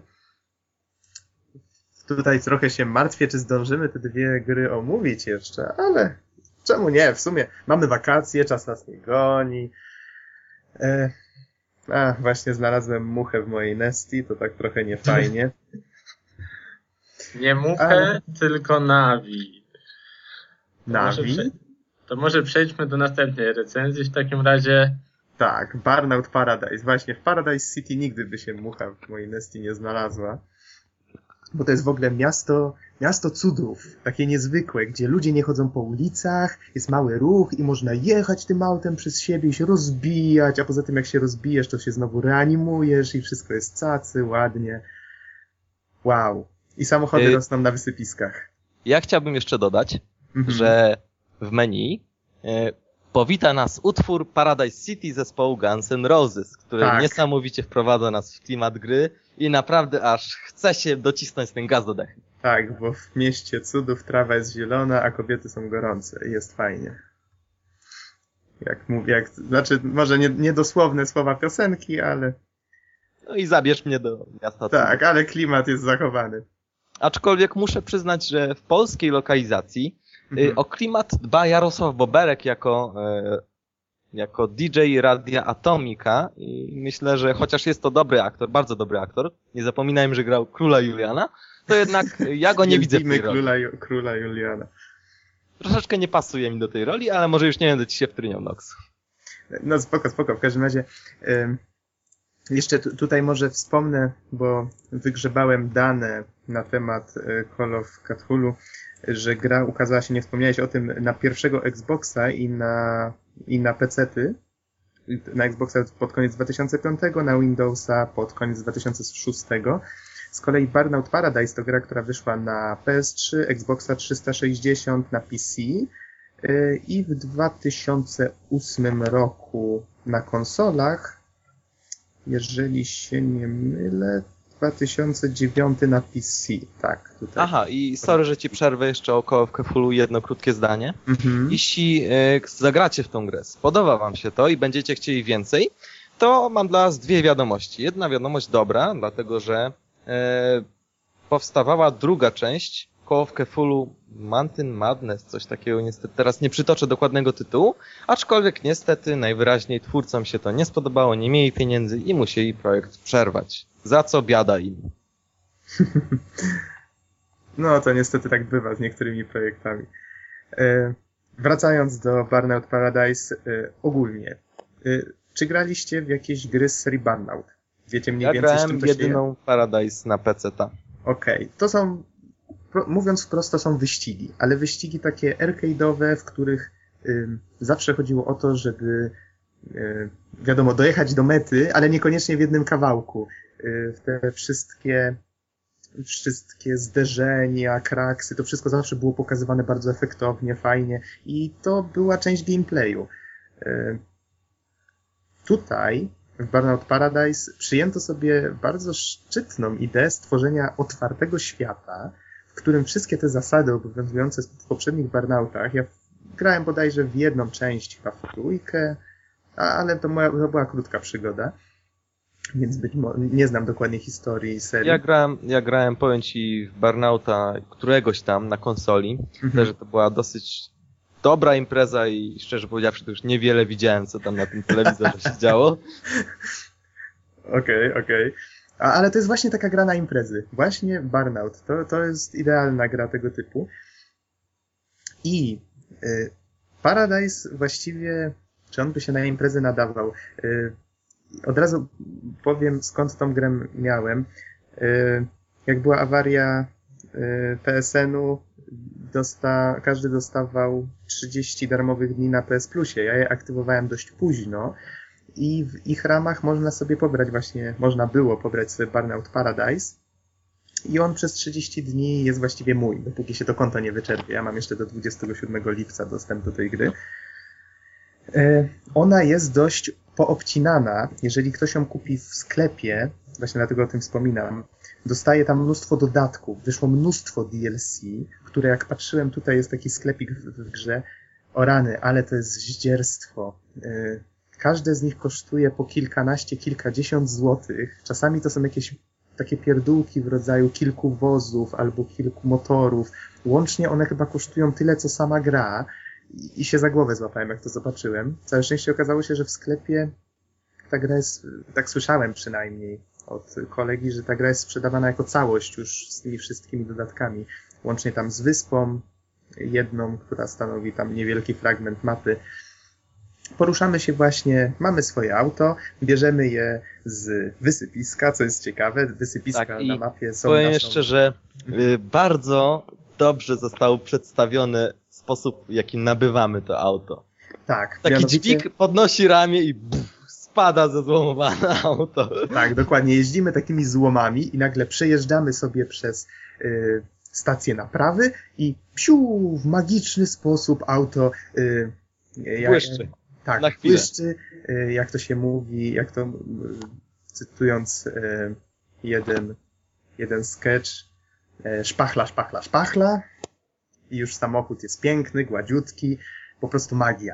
Tutaj trochę się martwię, czy zdążymy te dwie gry omówić jeszcze, ale czemu nie? W sumie mamy wakacje, czas nas nie goni. E, a, właśnie znalazłem muchę w mojej Nestii, to tak trochę niefajnie. Nie muchę, Ale- tylko Navi. To może Navi? prze- To może przejdźmy do następnej recenzji w takim razie. Tak, Burnout Paradise. Właśnie w Paradise City nigdy by się mucha w mojej Nestii nie znalazła. Bo to jest w ogóle miasto, miasto cudów, takie niezwykłe, gdzie ludzie nie chodzą po ulicach, jest mały ruch i można jechać tym autem przez siebie i się rozbijać, a poza tym jak się rozbijesz, to się znowu reanimujesz i wszystko jest cacy, ładnie. Wow. I samochody Y- rosną na wysypiskach. Ja chciałbym jeszcze dodać, Mhm. że w menu e, powita nas utwór Paradise City zespołu Guns N' Roses, który Tak. niesamowicie wprowadza nas w klimat gry i naprawdę aż chce się docisnąć ten gaz do dechy. Tak, bo w mieście cudów trawa jest zielona, a kobiety są gorące i jest fajnie. Jak mówię, jak, znaczy może nie, nie dosłowne słowa piosenki, ale No i zabierz mnie do miasta tak, cudów. ale klimat jest zachowany. Aczkolwiek muszę przyznać, że w polskiej lokalizacji Mhm. y, o klimat dba Jarosław Boberek jako, e, jako D J Radia Atomika i myślę, że chociaż jest to dobry aktor, bardzo dobry aktor, nie zapominajmy, że grał Króla Juliana, to jednak ja go nie widzę w Widzimy tej roli. króla, Ju- króla Juliana. Troszeczkę nie pasuje mi do tej roli, ale może już nie będę ci się wtryniał, Nox. No spoko, spoko. W każdym razie ym, jeszcze tu, tutaj może wspomnę, bo wygrzebałem dane na temat y, Call of Cthulhu, że gra ukazała się, nie wspomniałeś o tym, na pierwszego Xboxa i na, i na pecety. Na Xboxa pod koniec dwa tysiące piątego, na Windowsa pod koniec dwa tysiące szóstego. Z kolei Burnout Paradise to gra, która wyszła na P S trzy, Xboxa trzysta sześćdziesiąt, na P C yy, i w dwa tysiące ósmym roku na konsolach, jeżeli się nie mylę, dwa tysiące dziewiąty na P C, tak, tutaj. Aha, i sorry, że ci przerwę jeszcze o Call of Cthulhu jedno krótkie zdanie. Mhm. Jeśli e, zagracie w tą grę, spodoba wam się to i będziecie chcieli więcej, to mam dla was dwie wiadomości. Jedna wiadomość dobra, dlatego że e, powstawała druga część Call of Cthulhu Mountain Madness, coś takiego, niestety teraz nie przytoczę dokładnego tytułu, aczkolwiek niestety najwyraźniej twórcom się to nie spodobało, nie mieli pieniędzy i musieli projekt przerwać. Za co biada im. No to niestety tak bywa z niektórymi projektami. E, wracając do Burnout Paradise e, ogólnie. E, czy graliście w jakieś gry z serii Burnout? Wiecie mniej Ja więcej z grałem czym to się je? jedyną Paradise na peceta. Okej, to są, pro, mówiąc wprost, to są wyścigi, ale wyścigi takie arcade'owe, w których ym, zawsze chodziło o to, żeby y, wiadomo, dojechać do mety, ale niekoniecznie w jednym kawałku. Y, te wszystkie wszystkie zderzenia, kraksy, to wszystko zawsze było pokazywane bardzo efektownie, fajnie i to była część gameplayu. Y, tutaj w Burnout Paradise przyjęto sobie bardzo szczytną ideę stworzenia otwartego świata, w którym wszystkie te zasady obowiązujące w poprzednich Burnoutach, ja grałem bodajże w jedną część, chyba w trójkę, a- ale to, moja, to była krótka przygoda, więc być mo- nie znam dokładnie historii serii. Ja grałem, ja grałem, powiem ci, w Burnouta któregoś tam na konsoli. Mhm. Też, że to była dosyć dobra impreza i szczerze powiedziawszy, to już niewiele widziałem, co tam na tym telewizorze się działo. Okej, okej. A Ale to jest właśnie taka gra na imprezy. Właśnie Burnout. To, to jest idealna gra tego typu. I y, Paradise właściwie, czy on by się na imprezy nadawał? Y, od razu powiem, skąd tą grę miałem. Y, jak była awaria y, P S N-u, dosta, każdy dostawał trzydzieści darmowych dni na P S Plusie. Ja je aktywowałem dość późno. I w ich ramach można sobie pobrać właśnie, można było pobrać sobie Burnout Paradise i on przez trzydzieści dni jest właściwie mój, dopóki się to konto nie wyczerpie. Ja mam jeszcze do dwudziestego siódmego lipca dostęp do tej gry. E, ona jest dość poobcinana. Jeżeli ktoś ją kupi w sklepie, właśnie dlatego o tym wspominam, dostaje tam mnóstwo dodatków. Wyszło mnóstwo D L C, które jak patrzyłem, tutaj jest taki sklepik w, w grze, O rany, ale to jest zdzierstwo. Y, Każde z nich kosztuje po kilkanaście, kilkadziesiąt złotych. Czasami to są jakieś takie pierdółki w rodzaju kilku wozów albo kilku motorów. Łącznie one chyba kosztują tyle, co sama gra. I się za głowę złapałem, jak to zobaczyłem. Całe szczęście okazało się, że w sklepie ta gra jest, tak słyszałem przynajmniej od kolegi, że ta gra jest sprzedawana jako całość już z tymi wszystkimi dodatkami. Łącznie tam z wyspą jedną, która stanowi tam niewielki fragment mapy. Poruszamy się właśnie, mamy swoje auto, bierzemy je z wysypiska, co jest ciekawe. Wysypiska Tak, na mapie są powiem naszą... jeszcze, że y, bardzo dobrze został przedstawiony sposób, w jaki nabywamy to auto. Tak, Taki mianowicie... dźwig podnosi ramię i buf, spada zezłomowane auto. Tak, dokładnie. Jeździmy takimi złomami i nagle przejeżdżamy sobie przez y, stację naprawy i psiu, w magiczny sposób auto y, jak, Błyszczy. Tak, Na chwilę. błyszczy, y, jak to się mówi, jak to y, cytując y, jeden, jeden sketch, y, szpachla, szpachla, szpachla i już samochód jest piękny, gładziutki, po prostu magia.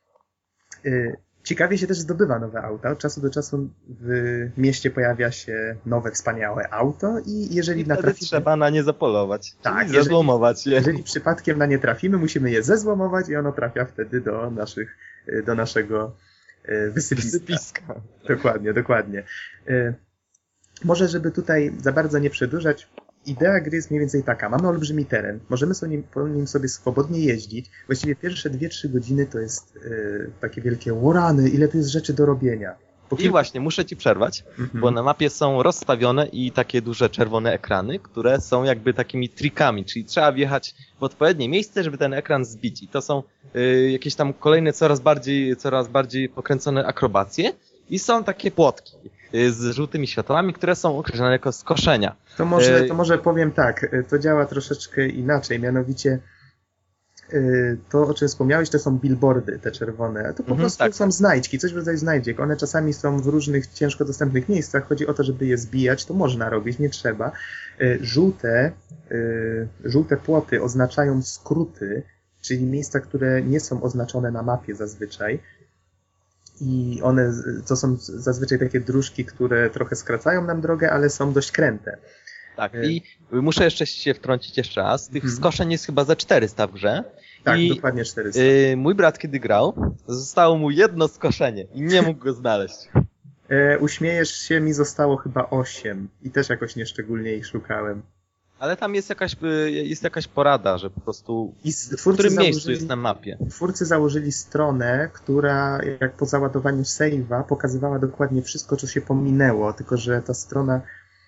Y, Ciekawie się też zdobywa nowe auta. Od czasu do czasu w mieście pojawia się nowe, wspaniałe auto i jeżeli I wtedy natrafimy... trzeba na nie zapolować. Tak, Czyli jeżeli- zezłomować je. Jeżeli przypadkiem na nie trafimy, musimy je zezłomować i ono trafia wtedy do naszych, do naszego e, wysypiska. Wysypiska. Dokładnie, dokładnie. E, Może, żeby tutaj za bardzo nie przedłużać, idea gry jest mniej więcej taka. Mamy olbrzymi teren, możemy sobie, po nim sobie swobodnie jeździć. Właściwie pierwsze dwie trzy godziny to jest e, takie wielkie łorany, ile tu jest rzeczy do robienia. Po I kilku- właśnie, muszę ci przerwać, Mhm. bo na mapie są rozstawione i takie duże czerwone ekrany, które są jakby takimi trikami, czyli trzeba wjechać w odpowiednie miejsce, żeby ten ekran zbić. I to są y, jakieś tam kolejne coraz bardziej, coraz bardziej pokręcone akrobacje i są takie płotki y, z żółtymi światłami, które są określone jako skoszenia. To może, E, to może powiem tak, to działa troszeczkę inaczej, mianowicie y, to, o czym wspomniałeś, to są billboardy, te czerwone, a to po Mhm, prostu tak, są tak. znajdźki, coś w rodzaju znajdziek. One czasami są w różnych ciężko dostępnych miejscach, chodzi o to, żeby je zbijać, to można robić, nie trzeba. Y, Żółte, y, żółte płoty oznaczają skróty, czyli miejsca, które nie są oznaczone na mapie zazwyczaj. I one z- to są zazwyczaj takie dróżki, które trochę skracają nam drogę, ale są dość kręte. Tak, E. i muszę jeszcze się wtrącić jeszcze raz. Tych Mhm. skoszeń jest chyba ze czterysta w grze. Tak, I dokładnie czterysta. y, mój brat kiedy grał, zostało mu jedno skoszenie i nie mógł go znaleźć. E, uśmiejesz się, mi zostało chyba osiem i też jakoś nieszczególnie ich szukałem. Ale tam jest jakaś, y, jest jakaś porada, że po prostu I z- w twórcy którym miejscu założyli, jest na mapie. twórcy założyli stronę, która jak po załadowaniu save'a pokazywała dokładnie wszystko, co się pominęło, tylko że ta strona,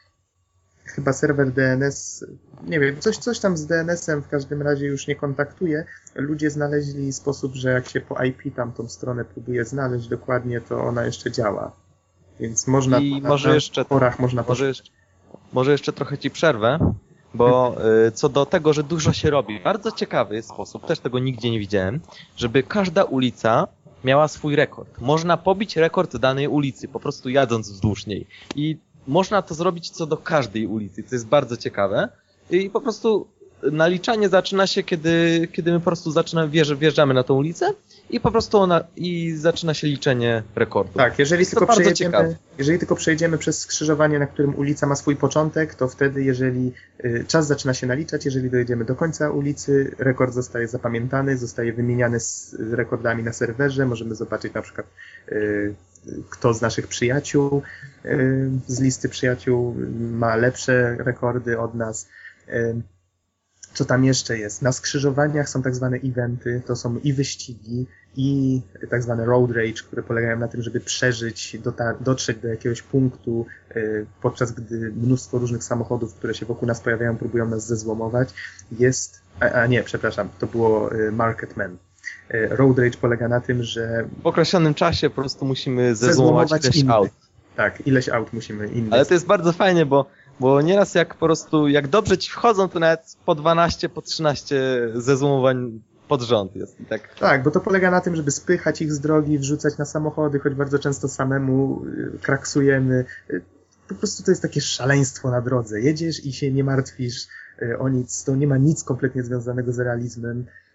chyba serwer D N S, nie wiem, coś, coś tam z D N S-em w każdym razie już nie kontaktuje. Ludzie znaleźli sposób, że jak się po I P tam tą stronę próbuje znaleźć dokładnie, to ona jeszcze działa. Więc można I na, może na jeszcze- porach można Może jeszcze, może jeszcze trochę ci przerwę, bo y, co do tego, że dużo się robi. Bardzo ciekawy jest sposób, też tego nigdzie nie widziałem, żeby każda ulica miała swój rekord. Można pobić rekord danej ulicy, po prostu jadąc wzdłuż niej. I można to zrobić co do każdej ulicy, co jest bardzo ciekawe. I po prostu naliczanie zaczyna się, kiedy, kiedy my po prostu zaczynamy, wjeżdż- wjeżdżamy na tą ulicę i po prostu ona, i zaczyna się liczenie rekordu. Tak, jeżeli Jest to tylko, bardzo przejedziemy, ciekawe. jeżeli tylko przejdziemy przez skrzyżowanie, na którym ulica ma swój początek, to wtedy, jeżeli y, czas zaczyna się naliczać, jeżeli dojedziemy do końca ulicy, rekord zostaje zapamiętany, zostaje wymieniany z rekordami na serwerze. Możemy zobaczyć na przykład, y, kto z naszych przyjaciół y, z listy przyjaciół ma lepsze rekordy od nas. Y, Co tam jeszcze jest? Na skrzyżowaniach są tak zwane eventy, to są i wyścigi, i tak zwane road rage, które polegają na tym, żeby przeżyć, dota- dotrzeć do jakiegoś punktu, y, podczas gdy mnóstwo różnych samochodów, które się wokół nas pojawiają, próbują nas zezłomować. Jest, a, a nie, przepraszam, to było y, Marketman. Y, road rage polega na tym, że W określonym czasie po prostu musimy zezłomować zezłomować ileś innych. aut. Tak, ileś aut musimy innych. Ale to jest bardzo fajnie, bo, bo nieraz jak po prostu, jak dobrze ci wchodzą, to nawet po dwanaście, po trzynaście zezłomowań pod rząd jest. I tak. Tak, bo to polega na tym, żeby spychać ich z drogi, wrzucać na samochody, choć bardzo często samemu y, kraksujemy. Y, Po prostu to jest takie szaleństwo na drodze. Jedziesz i się nie martwisz y, o nic, to nie ma nic kompletnie związanego z realizmem.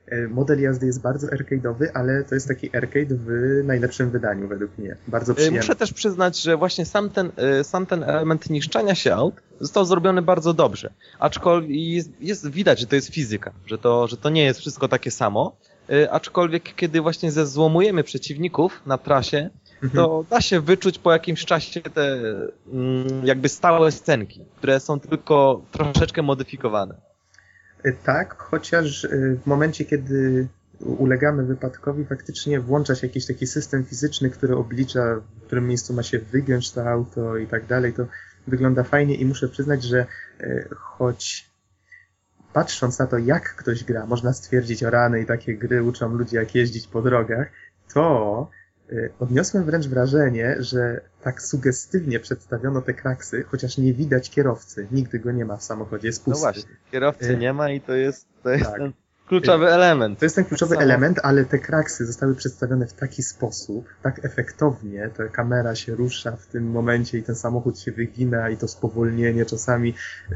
Model jazdy jest bardzo arcade'owy, ale to jest taki arcade w najlepszym wydaniu według mnie. Bardzo przyjemny. Muszę też przyznać, że właśnie sam ten, sam ten element niszczenia się aut został zrobiony bardzo dobrze. Aczkolwiek jest, jest widać, że to jest fizyka, że to, że to nie jest wszystko takie samo. Aczkolwiek kiedy właśnie zezłomujemy przeciwników na trasie, to da się wyczuć po jakimś czasie te jakby stałe scenki, które są tylko troszeczkę modyfikowane. Tak, chociaż w momencie, kiedy ulegamy wypadkowi, faktycznie włącza się jakiś taki system fizyczny, który oblicza, w którym miejscu ma się wygiąć to auto i tak dalej, to wygląda fajnie i muszę przyznać, że choć patrząc na to, jak ktoś gra, można stwierdzić, o rany i takie gry uczą ludzi, jak jeździć po drogach, to odniosłem wręcz wrażenie, że tak sugestywnie przedstawiono te kraksy, chociaż nie widać kierowcy, nigdy go nie ma w samochodzie, jest pusty. No właśnie, kierowcy nie ma i to jest, to jest tak. ten kluczowy element. To jest ten kluczowy Samo. element, ale te kraksy zostały przedstawione w taki sposób, tak efektownie, ta kamera się rusza w tym momencie i ten samochód się wygina i to spowolnienie czasami...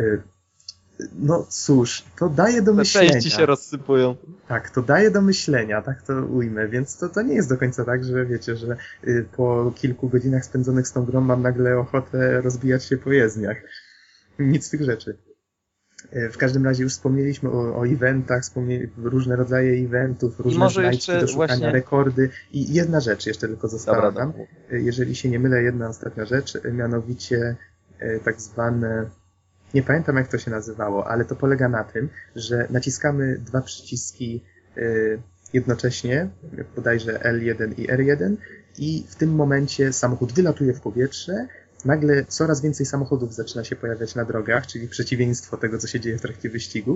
No cóż, to daje do te myślenia. części się rozsypują. Tak, to daje do myślenia, tak to ujmę, więc to, to nie jest do końca tak, że wiecie, że y, po kilku godzinach spędzonych z tą grą mam nagle ochotę rozbijać się po jezdniach. Nic z tych rzeczy. Y, w każdym razie już wspomnieliśmy o, o eventach, wspomnieli, różne rodzaje eventów, różne znajdźki do szukania, właśnie... rekordy i jedna rzecz jeszcze tylko została Dobra, nam. Y, jeżeli się nie mylę, jedna ostatnia rzecz, y, mianowicie y, tak zwane... Nie pamiętam, jak to się nazywało, ale to polega na tym, że naciskamy dwa przyciski y, jednocześnie, bodajże L jeden i R jeden i w tym momencie samochód wylatuje w powietrze, nagle coraz więcej samochodów zaczyna się pojawiać na drogach, czyli przeciwieństwo tego, co się dzieje w trakcie wyścigów.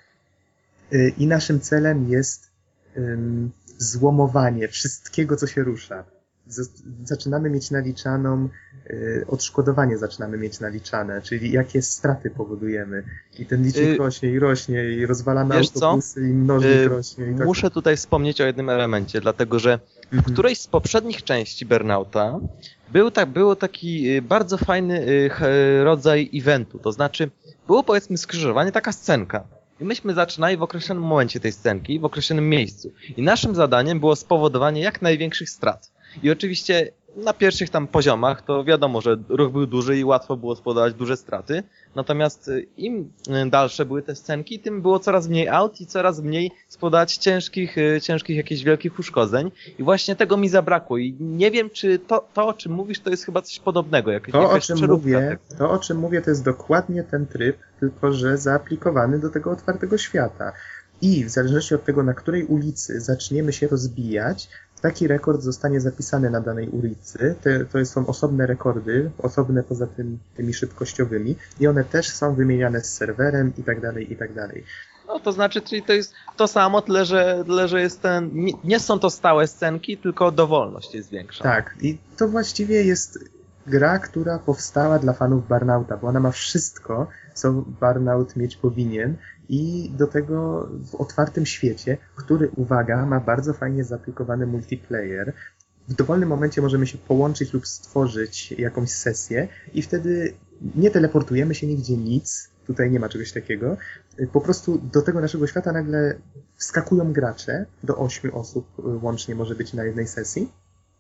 Y, I naszym celem jest y, złomowanie wszystkiego, co się rusza. Zaczynamy mieć naliczaną, y, odszkodowanie zaczynamy mieć naliczane, czyli jakie straty powodujemy. I ten licznik y rośnie i rośnie i rozwalamy autobusy co? I mnożnik y rośnie. I tak. Muszę tutaj wspomnieć o jednym elemencie, dlatego że w mhm. którejś z poprzednich części Burnouta był tak, było taki bardzo fajny rodzaj eventu, to znaczy było powiedzmy skrzyżowanie, taka scenka. I myśmy zaczynali w określonym momencie tej scenki, w określonym miejscu. I naszym zadaniem było spowodowanie jak największych strat. I oczywiście na pierwszych tam poziomach to wiadomo, że ruch był duży i łatwo było spowodować duże straty. Natomiast im dalsze były te scenki, tym było coraz mniej aut i coraz mniej spowodować ciężkich, ciężkich jakichś wielkich uszkodzeń. I właśnie tego mi zabrakło. I nie wiem, czy to, to o czym mówisz, to jest chyba coś podobnego. Jak, to, o czym mówię, to, o czym mówię, to jest dokładnie ten tryb, tylko że zaaplikowany do tego otwartego świata. I w zależności od tego, na której ulicy zaczniemy się rozbijać, taki rekord zostanie zapisany na danej ulicy. Te, to są osobne rekordy, osobne poza tym, tymi szybkościowymi i one też są wymieniane z serwerem i tak dalej, i tak dalej. No to znaczy, czyli to jest to samo, tyle że, tyle, że jest ten, nie, nie są to stałe scenki, tylko dowolność jest większa. Tak, i to właściwie jest gra, która powstała dla fanów Burnouta, bo ona ma wszystko, co Burnout mieć powinien i do tego w otwartym świecie, który, uwaga, ma bardzo fajnie zaaplikowany multiplayer. W dowolnym momencie możemy się połączyć lub stworzyć jakąś sesję i wtedy nie teleportujemy się nigdzie nic, tutaj nie ma czegoś takiego. Po prostu do tego naszego świata nagle wskakują gracze, do ośmiu osób łącznie może być na jednej sesji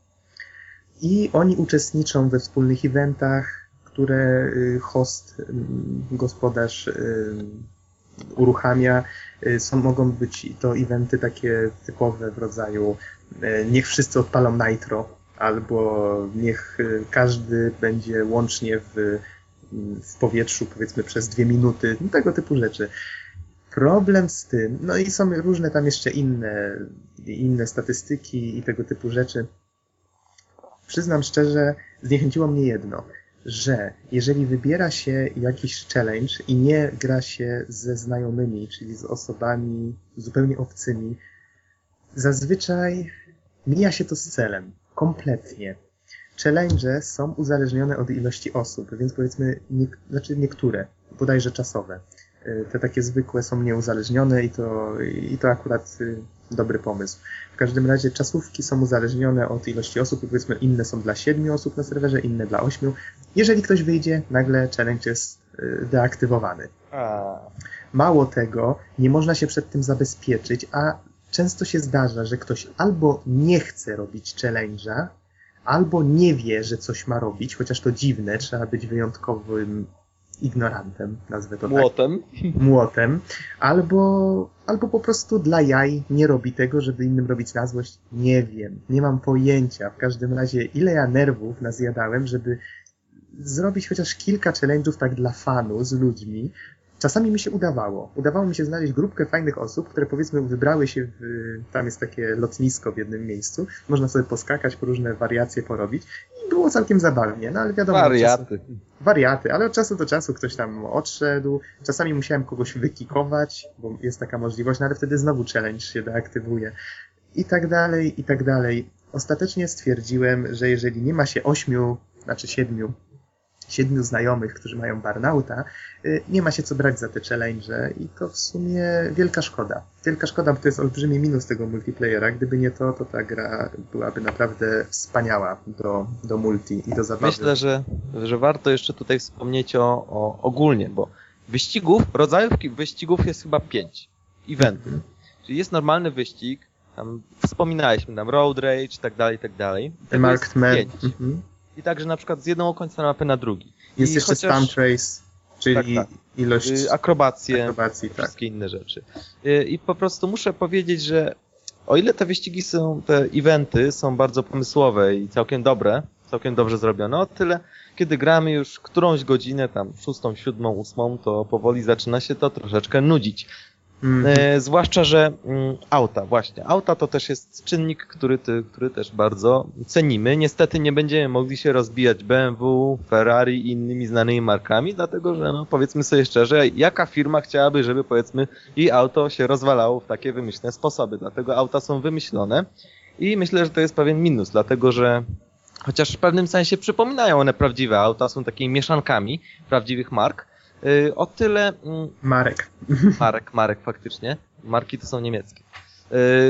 i oni uczestniczą we wspólnych eventach, które host, gospodarz uruchamia. Są, mogą być to eventy takie typowe w rodzaju niech wszyscy odpalą Nitro, albo niech każdy będzie łącznie w, w powietrzu powiedzmy przez dwie minuty, tego typu rzeczy. Problem z tym, no i są różne tam jeszcze inne, inne statystyki i tego typu rzeczy. Przyznam szczerze, zniechęciło mnie jedno, że jeżeli wybiera się jakiś challenge i nie gra się ze znajomymi, czyli z osobami zupełnie obcymi, zazwyczaj mija się to z celem. Kompletnie. Challenge są uzależnione od ilości osób, więc powiedzmy, nie, znaczy niektóre, bodajże czasowe. Te takie zwykłe są nieuzależnione i to, i to akurat dobry pomysł. W każdym razie czasówki są uzależnione od ilości osób i powiedzmy inne są dla siedmiu osób na serwerze, inne dla ośmiu. Jeżeli ktoś wyjdzie, nagle challenge jest deaktywowany. A. Mało tego, nie można się przed tym zabezpieczyć, a często się zdarza, że ktoś albo nie chce robić challenge'a, albo nie wie, że coś ma robić, chociaż to dziwne, trzeba być wyjątkowym ignorantem, nazwę to Młotem. tak. Młotem. Albo, albo po prostu dla jaj nie robi tego, żeby innym robić na złość. Nie wiem, nie mam pojęcia. W każdym razie, ile ja nerwów nazjadałem, żeby zrobić chociaż kilka challenge'ów tak dla fanu z ludźmi. Czasami mi się udawało. Udawało mi się znaleźć grupkę fajnych osób, które powiedzmy wybrały się w... Tam jest takie lotnisko w jednym miejscu. Można sobie poskakać, po różne wariacje porobić. I było całkiem zabawnie, no ale wiadomo... Wariaty. Czasu, wariaty, ale od czasu do czasu ktoś tam odszedł. Czasami musiałem kogoś wykikować, bo jest taka możliwość, no ale wtedy znowu challenge się deaktywuje. I tak dalej, i tak dalej. Ostatecznie stwierdziłem, że jeżeli nie ma się ośmiu, znaczy siedmiu, siedmiu znajomych, którzy mają Burnouta, nie ma się co brać za te challenge i to w sumie wielka szkoda. Wielka szkoda, bo to jest olbrzymi minus tego multiplayera. Gdyby nie to, to ta gra byłaby naprawdę wspaniała do, do multi i do zabawy. Myślę, że, że warto jeszcze tutaj wspomnieć o, o ogólnie, bo wyścigów, rodzajów wyścigów jest chyba pięć. Eventy. Mhm. Czyli jest normalny wyścig, tam wspominaliśmy tam Road Rage, tak dalej, tak dalej. Marked Man. Mhm. I także na przykład z jednego końca mapy na drugi. Jest I jeszcze chociaż... Stunt Race, czyli tak, tak. ilość... Akrobacje, akrobacji, tak. Wszystkie inne rzeczy. I po prostu muszę powiedzieć, że o ile te wyścigi są, te eventy są bardzo pomysłowe i całkiem dobre, całkiem dobrze zrobione, o tyle kiedy gramy już którąś godzinę, tam szóstą, siódmą, ósmą, to powoli zaczyna się to troszeczkę nudzić. Mm-hmm. E, zwłaszcza, że mm, auta, właśnie. Auta to też jest czynnik, który, ty, który też bardzo cenimy. Niestety nie będziemy mogli się rozbijać B M W, Ferrari i innymi znanymi markami, dlatego że, no, powiedzmy sobie szczerze, jaka firma chciałaby, żeby, powiedzmy, jej auto się rozwalało w takie wymyślne sposoby. Dlatego auta są wymyślone i myślę, że to jest pewien minus, dlatego że chociaż w pewnym sensie przypominają one prawdziwe auta, są takimi mieszankami prawdziwych mark. Yy, o tyle... Yy, Marek. Marek, Marek faktycznie. Marki to są niemieckie. Yy,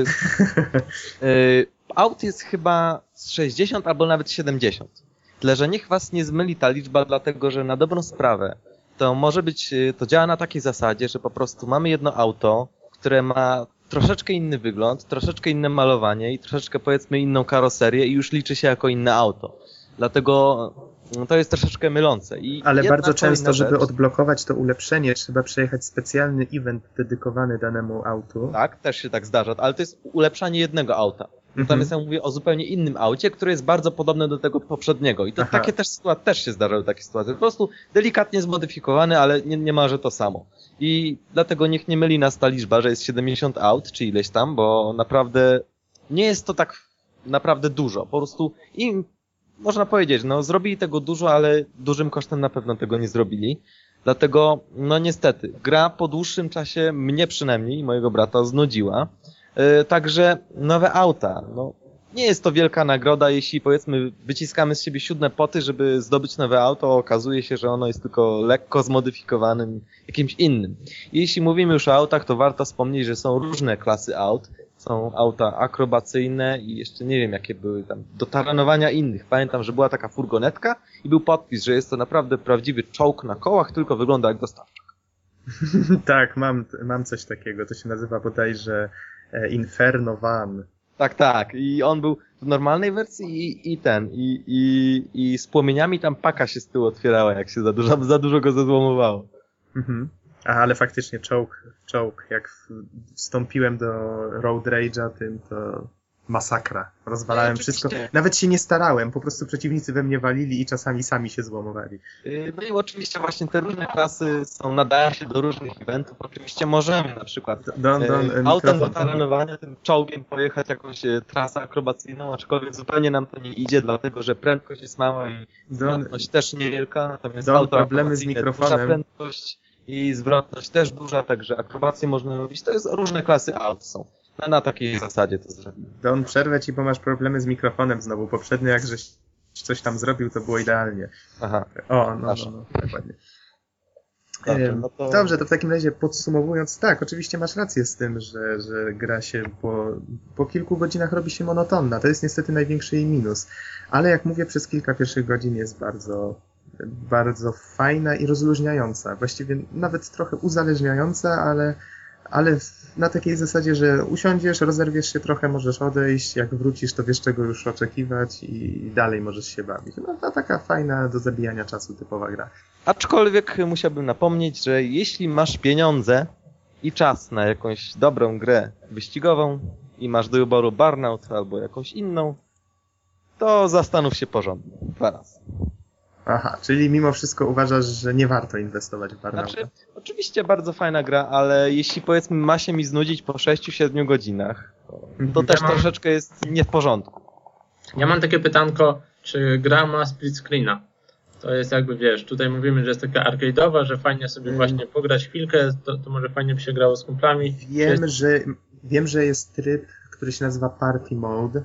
yy, aut jest chyba z sześćdziesiąt albo nawet siedemdziesiąt. Tyle, że niech was nie zmyli ta liczba, dlatego że na dobrą sprawę to może być, to działa na takiej zasadzie, że po prostu mamy jedno auto, które ma troszeczkę inny wygląd, troszeczkę inne malowanie i troszeczkę, powiedzmy, inną karoserię i już liczy się jako inne auto. Dlatego to jest troszeczkę mylące. I ale bardzo często, rzecz, żeby odblokować to ulepszenie, trzeba przejechać specjalny event dedykowany danemu autu. Tak, też się tak zdarza, ale to jest ulepszanie jednego auta. Natomiast ja mówię o zupełnie innym aucie, które jest bardzo podobne do tego poprzedniego. I to Aha. takie też sytuacje, też się zdarzały takie sytuacje. Po prostu delikatnie zmodyfikowany, ale nie, niemalże to samo. I dlatego niech nie myli nas ta liczba, że jest siedemdziesiąt aut, czy ileś tam, bo naprawdę nie jest to tak naprawdę dużo. Po prostu im można powiedzieć, no zrobili tego dużo, ale dużym kosztem na pewno tego nie zrobili. Dlatego, no niestety, gra po dłuższym czasie, mnie przynajmniej, mojego brata, znudziła. Yy, także nowe auta, no nie jest to wielka nagroda, jeśli powiedzmy wyciskamy z siebie siódme poty, żeby zdobyć nowe auto, okazuje się, że ono jest tylko lekko zmodyfikowanym jakimś innym. I jeśli mówimy już o autach, to warto wspomnieć, że są różne klasy aut. Są auta akrobacyjne i jeszcze nie wiem jakie były tam do taranowania innych. Pamiętam, że była taka furgonetka i był podpis, że jest to naprawdę prawdziwy czołg na kołach, tylko wygląda jak dostawczak. Tak, mam, mam coś takiego. To się nazywa bodajże Inferno Van. Tak, tak. I on był w normalnej wersji i, i ten. I, i, I z płomieniami tam paka się z tyłu otwierała, jak się za dużo, za dużo go zezłomowało. Mhm. Aha, ale faktycznie czołg, czołg. Jak wstąpiłem do Road Rage'a, tym to masakra. Rozwalałem no, wszystko. Nawet się nie starałem, po prostu przeciwnicy we mnie walili i czasami sami się złomowali. No i oczywiście właśnie te różne klasy są, nadają się do różnych eventów. Oczywiście możemy na przykład don, don, e, autem do taranowania, tym czołgiem pojechać jakąś e, trasę akrobacyjną, aczkolwiek zupełnie nam to nie idzie, dlatego że prędkość jest mała i zwrotność też niewielka, natomiast don, auto problemy z mikrofonem. Duża prędkość i zwrotność też duża, także akrobacje można robić. To jest różne klasy aut są. No, na takiej zasadzie to zrobimy. Don, przerwę ci, bo masz problemy z mikrofonem znowu. Poprzednio jak żeś coś tam zrobił, to było idealnie. Aha. O, no, no, no, dokładnie. Dobrze, no to... Dobrze, to w takim razie podsumowując, tak, oczywiście masz rację z tym, że, że gra się po, po kilku godzinach robi się monotonna. To jest niestety największy jej minus. Ale jak mówię, przez kilka pierwszych godzin jest bardzo, bardzo fajna i rozluźniająca. Właściwie nawet trochę uzależniająca, ale ale w- na takiej zasadzie, że usiądziesz, rozerwiesz się trochę, możesz odejść, jak wrócisz, to wiesz czego już oczekiwać i dalej możesz się bawić. No to taka fajna do zabijania czasu typowa gra. Aczkolwiek musiałbym napomnieć, że jeśli masz pieniądze i czas na jakąś dobrą grę wyścigową i masz do wyboru Burnout albo jakąś inną, to zastanów się porządnie. Dwa razy. Aha, czyli mimo wszystko uważasz, że nie warto inwestować w Burnouta. Znaczy, oczywiście bardzo fajna gra, ale jeśli powiedzmy ma się mi znudzić po sześciu siedmiu godzinach, to, to też Ja mam- troszeczkę jest nie w porządku. Ja mam takie pytanko, czy gra ma split screena? To jest jakby, wiesz, tutaj mówimy, że jest taka arcade'owa, że fajnie sobie Mm. właśnie pograć chwilkę, to, to może fajnie by się grało z kumplami. Czy Wiem, jest... że, wiem, że jest tryb, który się nazywa Party Mode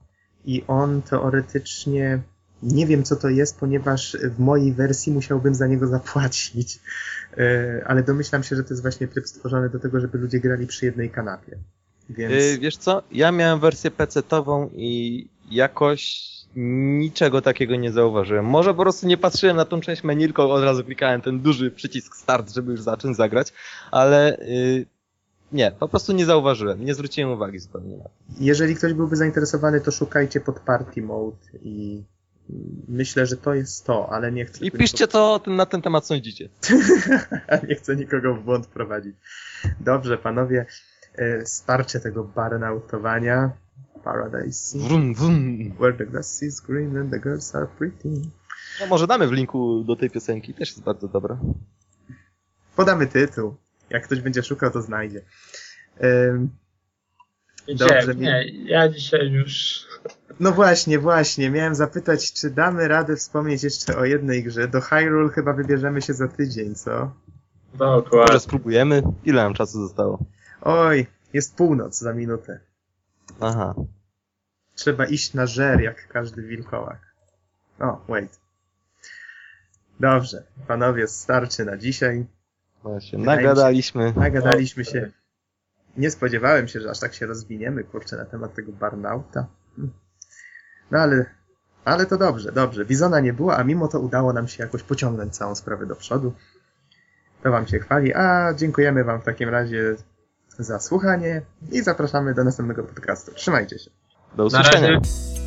i on teoretycznie, nie wiem co to jest, ponieważ w mojej wersji musiałbym za niego zapłacić, E, ale domyślam się, że to jest właśnie tryb stworzony do tego, żeby ludzie grali przy jednej kanapie. Więc Yy, wiesz co, ja miałem wersję pecetową i jakoś niczego takiego nie zauważyłem. Może po prostu nie patrzyłem na tą część menu, tylko od razu klikałem ten duży przycisk start, żeby już zacząć zagrać, ale yy, nie, po prostu nie zauważyłem, nie zwróciłem uwagi zupełnie na to. jeżeli ktoś byłby zainteresowany, to szukajcie pod Party Mode i myślę, że to jest to, ale nie chcę... I tu piszcie, co o tym, na ten temat sądzicie. Nie chcę nikogo w błąd prowadzić. Dobrze, panowie, e, starcie tego burnoutowania. Paradise, Wrum, wrum. where the grass is green and the girls are pretty. No może damy w linku do tej piosenki, też jest bardzo dobra. Podamy tytuł. Jak ktoś będzie szukał, to znajdzie. Ym, Wiecie, dobrze, nie, ja dzisiaj już... no właśnie, właśnie. Miałem zapytać, czy damy radę wspomnieć jeszcze o jednej grze. Do Hyrule chyba wybierzemy się za tydzień, co? Może Dokładnie. spróbujemy? Ile nam czasu zostało? Oj, jest północ za minutę. Aha. Trzeba iść na żer, jak każdy wilkołak. O, wait. Dobrze, panowie, starczy na dzisiaj. Właśnie, Wydaje mi się- nagadaliśmy. Nagadaliśmy się. Nie spodziewałem się, że aż tak się rozwiniemy, kurczę, na temat tego Burnouta. Hm. No ale, ale to dobrze, dobrze. Bizona nie było, a mimo to udało nam się jakoś pociągnąć całą sprawę do przodu. To wam się chwali, a dziękujemy wam w takim razie za słuchanie i zapraszamy do następnego podcastu. Trzymajcie się. Do Na usłyszenia. razie.